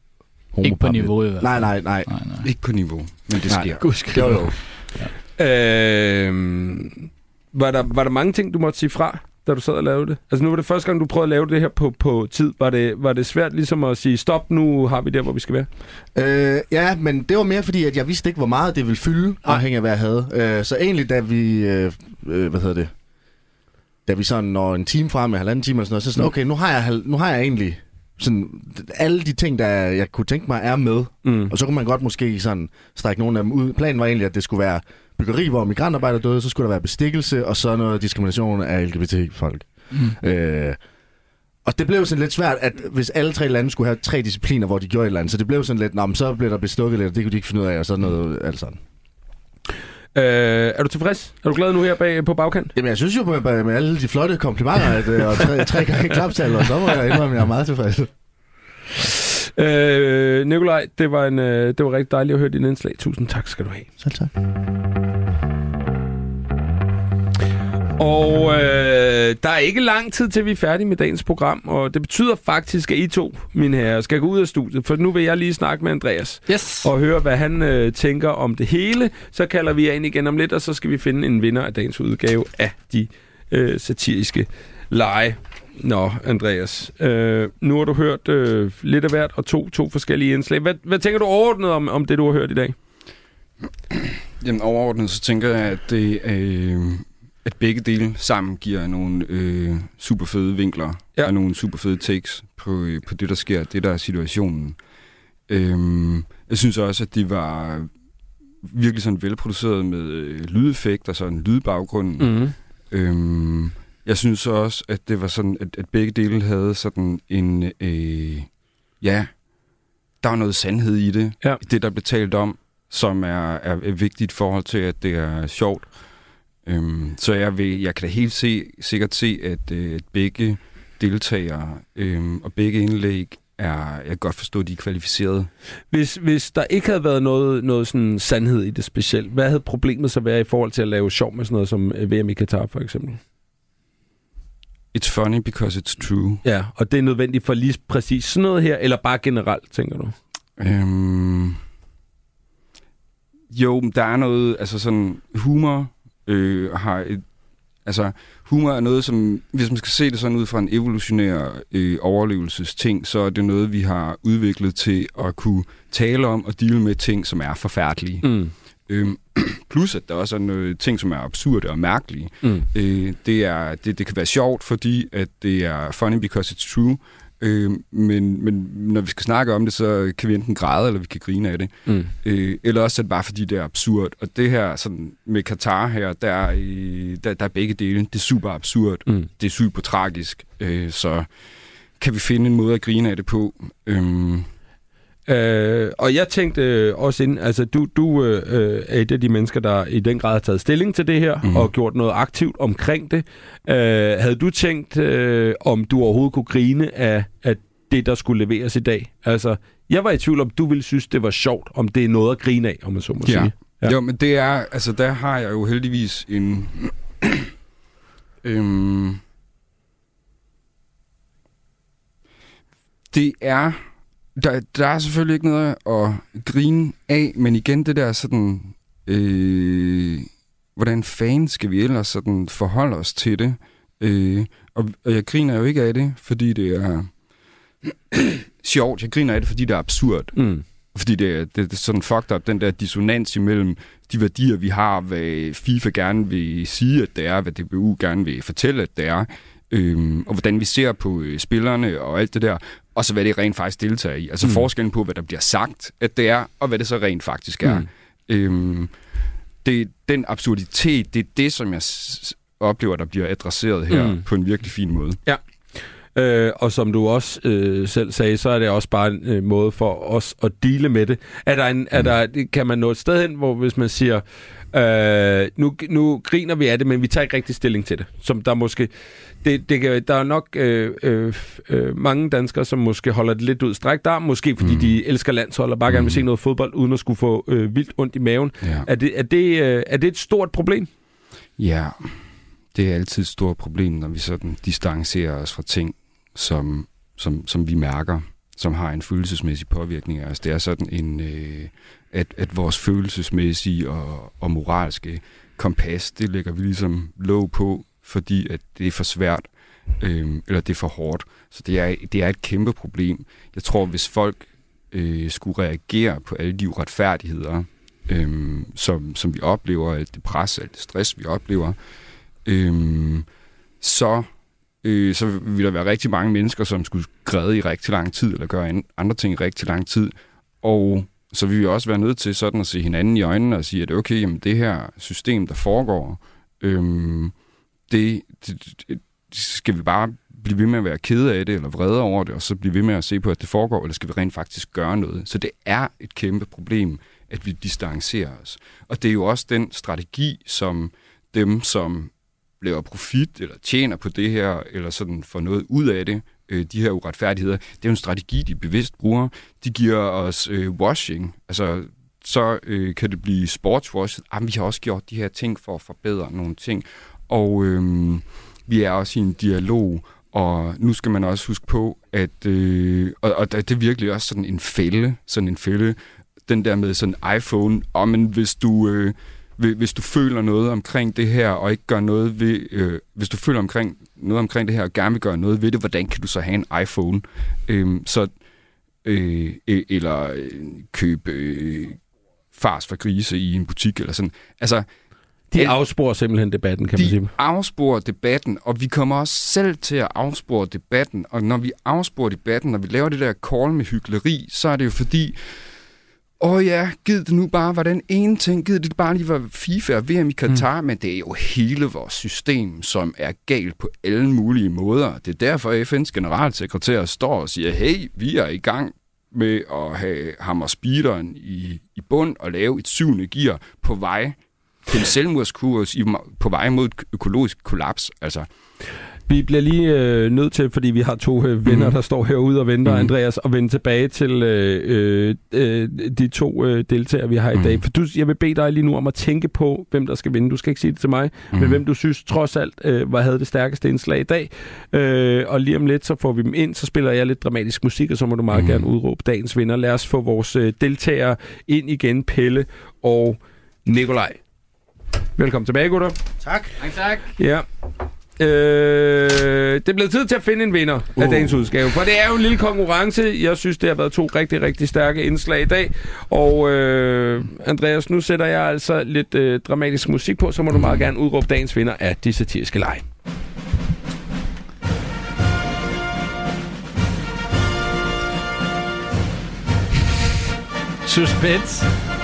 Ikke på niveau i hvert fald. Nej, nej, nej. nej, nej. Ikke på niveau, men det sker. Gusk. Jo, jo. Ja. Øh, var, der, var der mange ting, du måtte sige fra, da du sad og lavede det? Altså nu var det første gang, du prøvede at lave det her på, på tid. Var det, var det svært ligesom at sige, stop, nu har vi der, hvor vi skal være? Øh, ja, men det var mere fordi, at jeg vidste ikke, hvor meget det ville fylde, afhængig af, hvad jeg havde. Øh, så egentlig, da vi... Øh, øh, hvad hedder det? Da vi sådan når en time frem med halvanden time eller sådan noget, så sådan, okay, nu har jeg, nu har jeg egentlig... Sådan, alle de ting, der jeg kunne tænke mig, er med. Mm. Og så kunne man godt måske sådan strække nogle af dem ud. Planen var egentlig, at det skulle være byggeri, hvor migrantarbejdere døde, så skulle der være bestikkelse, og så noget diskrimination af L G B T-folk. Mm. Øh, og det blev sådan lidt svært, at hvis alle tre lande skulle have tre discipliner, hvor de gjorde et eller andet, så det blev sådan lidt, nå, men så blev der bestukket lidt, og det kunne de ikke finde ud af, og sådan noget, alt sådan. Øh, er du tilfreds? Er du glad nu her bag, på bagkant? Jamen, jeg synes jo med, med alle de flotte komplimenter, at, og tre, tre gange klaptal, og så må jeg indrømme, at jeg er meget tilfreds. Øh, Nikolaj, det var, en, øh, det var rigtig dejligt at høre din indslag. Tusind tak skal du have. Selv tak. Og øh, der er ikke lang tid til, vi er færdige med dagens program, og det betyder faktisk, at I to, mine herrer, skal gå ud af studiet, for nu vil jeg lige snakke med Andreas. Yes. Og høre, hvad han øh, tænker om det hele. Så kalder vi jer ind igen om lidt, og så skal vi finde en vinder af dagens udgave af de øh, satiriske lege. Nå, Andreas, øh, nu har du hørt øh, lidt af hvert og to, to forskellige indslag. Hvad, hvad tænker du overordnet om, om det, du har hørt i dag? Jamen overordnet, så tænker jeg, at, det, øh, at begge dele sammen giver nogle øh, super fede vinkler ja. og nogle super fede takes på, øh, på det, der sker, det der er situationen. Øh, jeg synes også, at de var virkelig sådan velproduceret med øh, lydeffekt og sådan lydbaggrund. Mm-hmm. Øh, Jeg synes også, at det var sådan, at, at begge dele havde sådan en, øh, ja, der var noget sandhed i det. Ja. Det, der blev talt om, som er, er, er vigtigt i forhold til, at det er sjovt. Øhm, så jeg, vil, jeg kan da helt se, sikkert se, at, øh, at begge deltagere øh, og begge indlæg er, jeg kan godt forstå, at de er kvalificerede. Hvis, hvis der ikke havde været noget, noget sådan sandhed i det specielt, hvad havde problemet så været i forhold til at lave sjov med sådan noget som V M i Katar for eksempel? It's funny because it's true. Ja, og det er nødvendigt for lige præcis sådan noget her, eller bare generelt, tænker du? Øhm, jo, der er noget, altså sådan, humor øh, har et, altså humor er noget, som, hvis man skal se det sådan ud fra en evolutionær øh, overlevelsesting, så er det noget, vi har udviklet til at kunne tale om og deale med ting, som er forfærdelige. Mm. Øhm, plus at der også er noget ting, som er absurde og mærkelige. Mm. Øh, det, er, det, det kan være sjovt, fordi at det er funny because it's true. Øh, men, men når vi skal snakke om det, så kan vi enten græde, eller vi kan grine af det. Mm. Øh, eller også er det bare, fordi det er absurd. Og det her sådan, med Katar her, der er, der, der er begge dele. Det er super absurd. Mm. Det er super tragisk. Øh, så kan vi finde en måde at grine af det på. Øh, Øh, og jeg tænkte øh, også ind, altså du, du øh, er et af de mennesker, der i den grad har taget stilling til det her, mm-hmm. og gjort noget aktivt omkring det. Øh, havde du tænkt, øh, om du overhovedet kunne grine af, af det, der skulle leveres i dag? Altså, jeg var i tvivl om, du ville synes, det var sjovt, om det er noget at grine af, om man så må ja. sige. Ja. Jo, men det er, altså der har jeg jo heldigvis en... øhm, det er... Der, der er selvfølgelig ikke noget at grine af, men igen det der sådan, øh, hvordan fanden skal vi ellers sådan forholde os til det? Øh, og, og jeg griner jo ikke af det, fordi det er sjovt. Jeg griner af det, fordi det er absurd. Mm. Fordi det er, det er sådan fucked up, den der dissonans imellem de værdier, vi har, hvad FIFA gerne vil sige, at det er, hvad D B U gerne vil fortælle, at det er, øhm, og hvordan vi ser på øh, spillerne og alt det der, og så hvad det rent faktisk deltager i. Altså mm. forskellen på, hvad der bliver sagt, at det er, og hvad det så rent faktisk er. Mm. Øhm, det, den absurditet, det er det, som jeg s- oplever, der bliver adresseret her mm. på en virkelig fin måde. Ja. Øh, og som du også øh, selv sagde, så er det også bare en øh, måde for os at deale med det. Er der en, er der, kan man nå et sted hen, hvor hvis man siger, øh, nu, nu griner vi af det, men vi tager ikke rigtig stilling til det. Som der måske, det, det kan, der er nok øh, øh, øh, mange danskere, som måske holder det lidt ud strækt arm, måske fordi mm. de elsker landshold og bare mm. gerne vil se noget fodbold, uden at skulle få øh, vildt ondt i maven. Ja. Er, det, er, det, øh, er det et stort problem? Ja, det er altid et stort problem, når vi sådan distancerer os fra ting, som, som, som vi mærker. som har en følelsesmæssig påvirkning af os. Det er sådan en, øh, at, at vores følelsesmæssige og, og moralske kompas, det lægger vi ligesom låg på, fordi at det er for svært, øh, eller det er for hårdt. Så det er, det er et kæmpe problem. Jeg tror, hvis folk øh, skulle reagere på alle de uretfærdigheder, øh, som, som vi oplever, alt det pres, alt det stress, vi oplever, øh, så, øh, så vil der være rigtig mange mennesker, som skulle græde i rigtig lang tid, eller gøre andre ting i rigtig lang tid. Og så vil vi også være nødt til sådan at se hinanden i øjnene og sige, at okay, jamen det her system, der foregår, øh, det, det, det skal vi bare blive ved med at være kede af det, eller vrede over det, og så blive ved med at se på, at det foregår, eller skal vi rent faktisk gøre noget? Så det er et kæmpe problem, at vi distancerer os. Og det er jo også den strategi, som dem, som laver profit, eller tjener på det her, eller sådan får noget ud af det, øh, de her uretfærdigheder, det er jo en strategi, de bevidst bruger. De giver os øh, washing, altså så øh, kan det blive sportswashed. Ah, vi har også gjort de her ting for at forbedre nogle ting, og øh, vi er også i en dialog, og nu skal man også huske på, at øh, og, og det er virkelig også sådan en fælde, sådan en fælde, den der med sådan en iPhone, og men hvis du øh, hvis du føler noget omkring det her og ikke gør noget ved, øh, hvis du føler omkring noget omkring det her og gerne vil gøre noget ved det, hvordan kan du så have en iPhone? Øh, så øh, eller øh, købe øh, fars for grise i en butik eller sådan. Altså De afsporer simpelthen debatten, kan de man sige. De afsporer debatten, og vi kommer også selv til at afspore debatten. Og når vi afsporer debatten, når vi laver det der call med hykleri, så er det jo fordi, åh ja, gid det nu bare var den ene ting, gid det bare lige var FIFA og V M i Katar, mm. men det er jo hele vores system, som er galt på alle mulige måder. Det er derfor F N's generalsekretær står og siger, hey, vi er i gang med at have hammer speederen i, i bund og lave et syvende gear på vej til en selvmordskurs i, på vej mod et økologisk kollaps. Altså. Vi bliver lige øh, nødt til, fordi vi har to øh, venner, mm. der står herude og venter, mm. Andreas, og vende tilbage til øh, øh, de to øh, deltagere, vi har i mm. dag. For du, jeg vil bede dig lige nu om at tænke på, hvem der skal vinde. Du skal ikke sige det til mig, mm. men hvem du synes trods alt øh, var, havde det stærkeste indslag i dag. Øh, og lige om lidt, så får vi dem ind, så spiller jeg lidt dramatisk musik, og så må du meget mm. gerne udråbe dagens vinder. Lad os få vores øh, deltagere ind igen, Pelle og Nikolaj. Velkommen tilbage, gutter. Tak. Tak, tak. Ja. Øh, det er blevet tid til at finde en vinder uh. af dagens udgave, for det er jo en lille konkurrence. Jeg synes, det har været to rigtig, rigtig stærke indslag i dag. Og øh, Andreas, nu sætter jeg altså lidt øh, dramatisk musik på, så må du meget gerne udråbe dagens vinder af De Satiriske Lege. Suspense.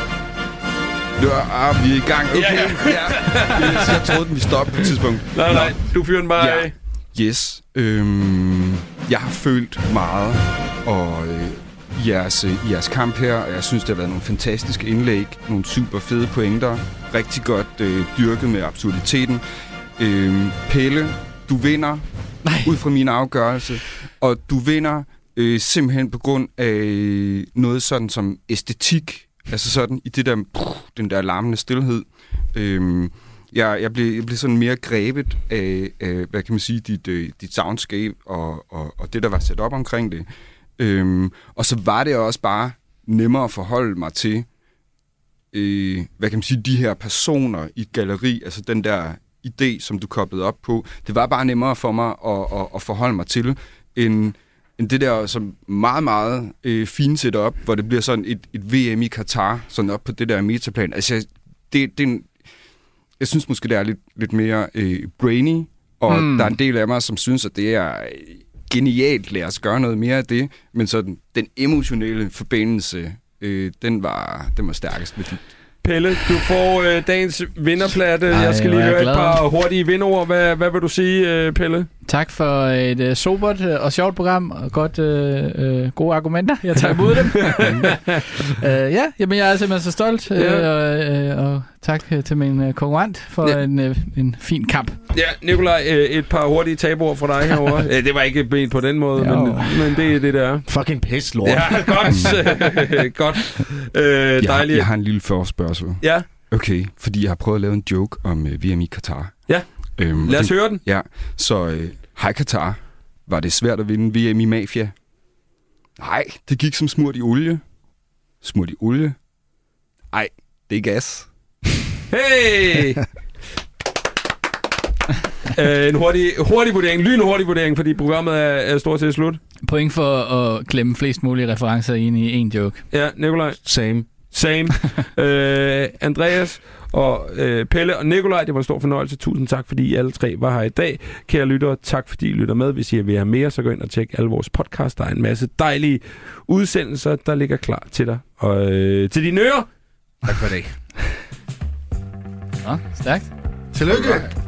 Ja, vi er i gang. Okay. Ja, ja. Yes, jeg troede, den vi stoppe på et tidspunkt. Nej, nej, du fyrer den bare af. Ja. Yes. Øhm, jeg har følt meget og øh, jeres, øh, jeres kamp her, og jeg synes, det har været nogle fantastiske indlæg, nogle super fede pointer, rigtig godt øh, dyrket med absurditeten. Øhm, Pelle, du vinder nej. ud fra min afgørelse, og du vinder øh, simpelthen på grund af noget sådan som æstetik. Altså sådan, i det der, pff, den der larmende stillhed. Øhm, jeg, jeg, blev, jeg blev sådan mere grebet af, af hvad kan man sige, dit, øh, dit soundscape og, og, og det, der var sat op omkring det. Øhm, og så var det også bare nemmere at forholde mig til, øh, hvad kan man sige, de her personer i et galleri, altså den der idé, som du koblede op på. Det var bare nemmere for mig at, at, at forholde mig til, end end det der som meget, meget øh, fint setup, hvor det bliver sådan et, et V M i Katar, sådan op på det der metaplan. Altså, det, det er en, jeg synes måske, det er lidt, lidt mere øh, brainy, og mm. der er en del af mig, som synes, at det er genialt. Lad os gøre noget mere af det, men sådan den emotionelle forbindelse, øh, den, var, den var stærkest med dit. Pelle, du får øh, dagens vinderplatte. Ej, jeg skal lige høre et par hurtige vindord. Hvad, hvad vil du sige, øh, Pelle? Tak for et øh, sobert øh, og sjovt program, og godt øh, øh, gode argumenter. Jeg tager imod dem. øh, ja, jamen, jeg er simpelthen så stolt, øh, ja. og, øh, og tak til min øh, konkurrent for ja. en, øh, en fin kamp. Ja, Nikolaj, øh, et par hurtige tabuer fra dig herovre. Det var ikke ben på den måde, men, men det er det, der er. Fucking pis, lort. Ja, godt. godt. Øh, jeg, jeg har en lille forspørgsel. Ja. Okay, fordi jeg har prøvet at lave en joke om øh, V M i Katar. Ja. Øhm, Lad os den, høre den. Ja, så øh, hej Katar. Var det svært at vinde V M i Mafia? Nej, det gik som smurt i olie. Smurt i olie? Ej, det er gas. Hey! øh, en hurtig, hurtig vurdering, lynhurtig vurdering, fordi programmet er, er stort set slut. Point for at klemme flest mulige referencer ind i en joke. Ja, Nikolaj. Same. Same. øh, Andreas og øh, Pelle og Nikolaj, det var en stor fornøjelse. Tusind tak, fordi I alle tre var her i dag. Kære lyttere, tak fordi I lytter med. Hvis I vil have mere, så gå ind og tjek alle vores podcasts. Der er en masse dejlige udsendelser, der ligger klar til dig. Og øh, til dine ører. Tak for i dag. Nå, stærkt. Tillykke.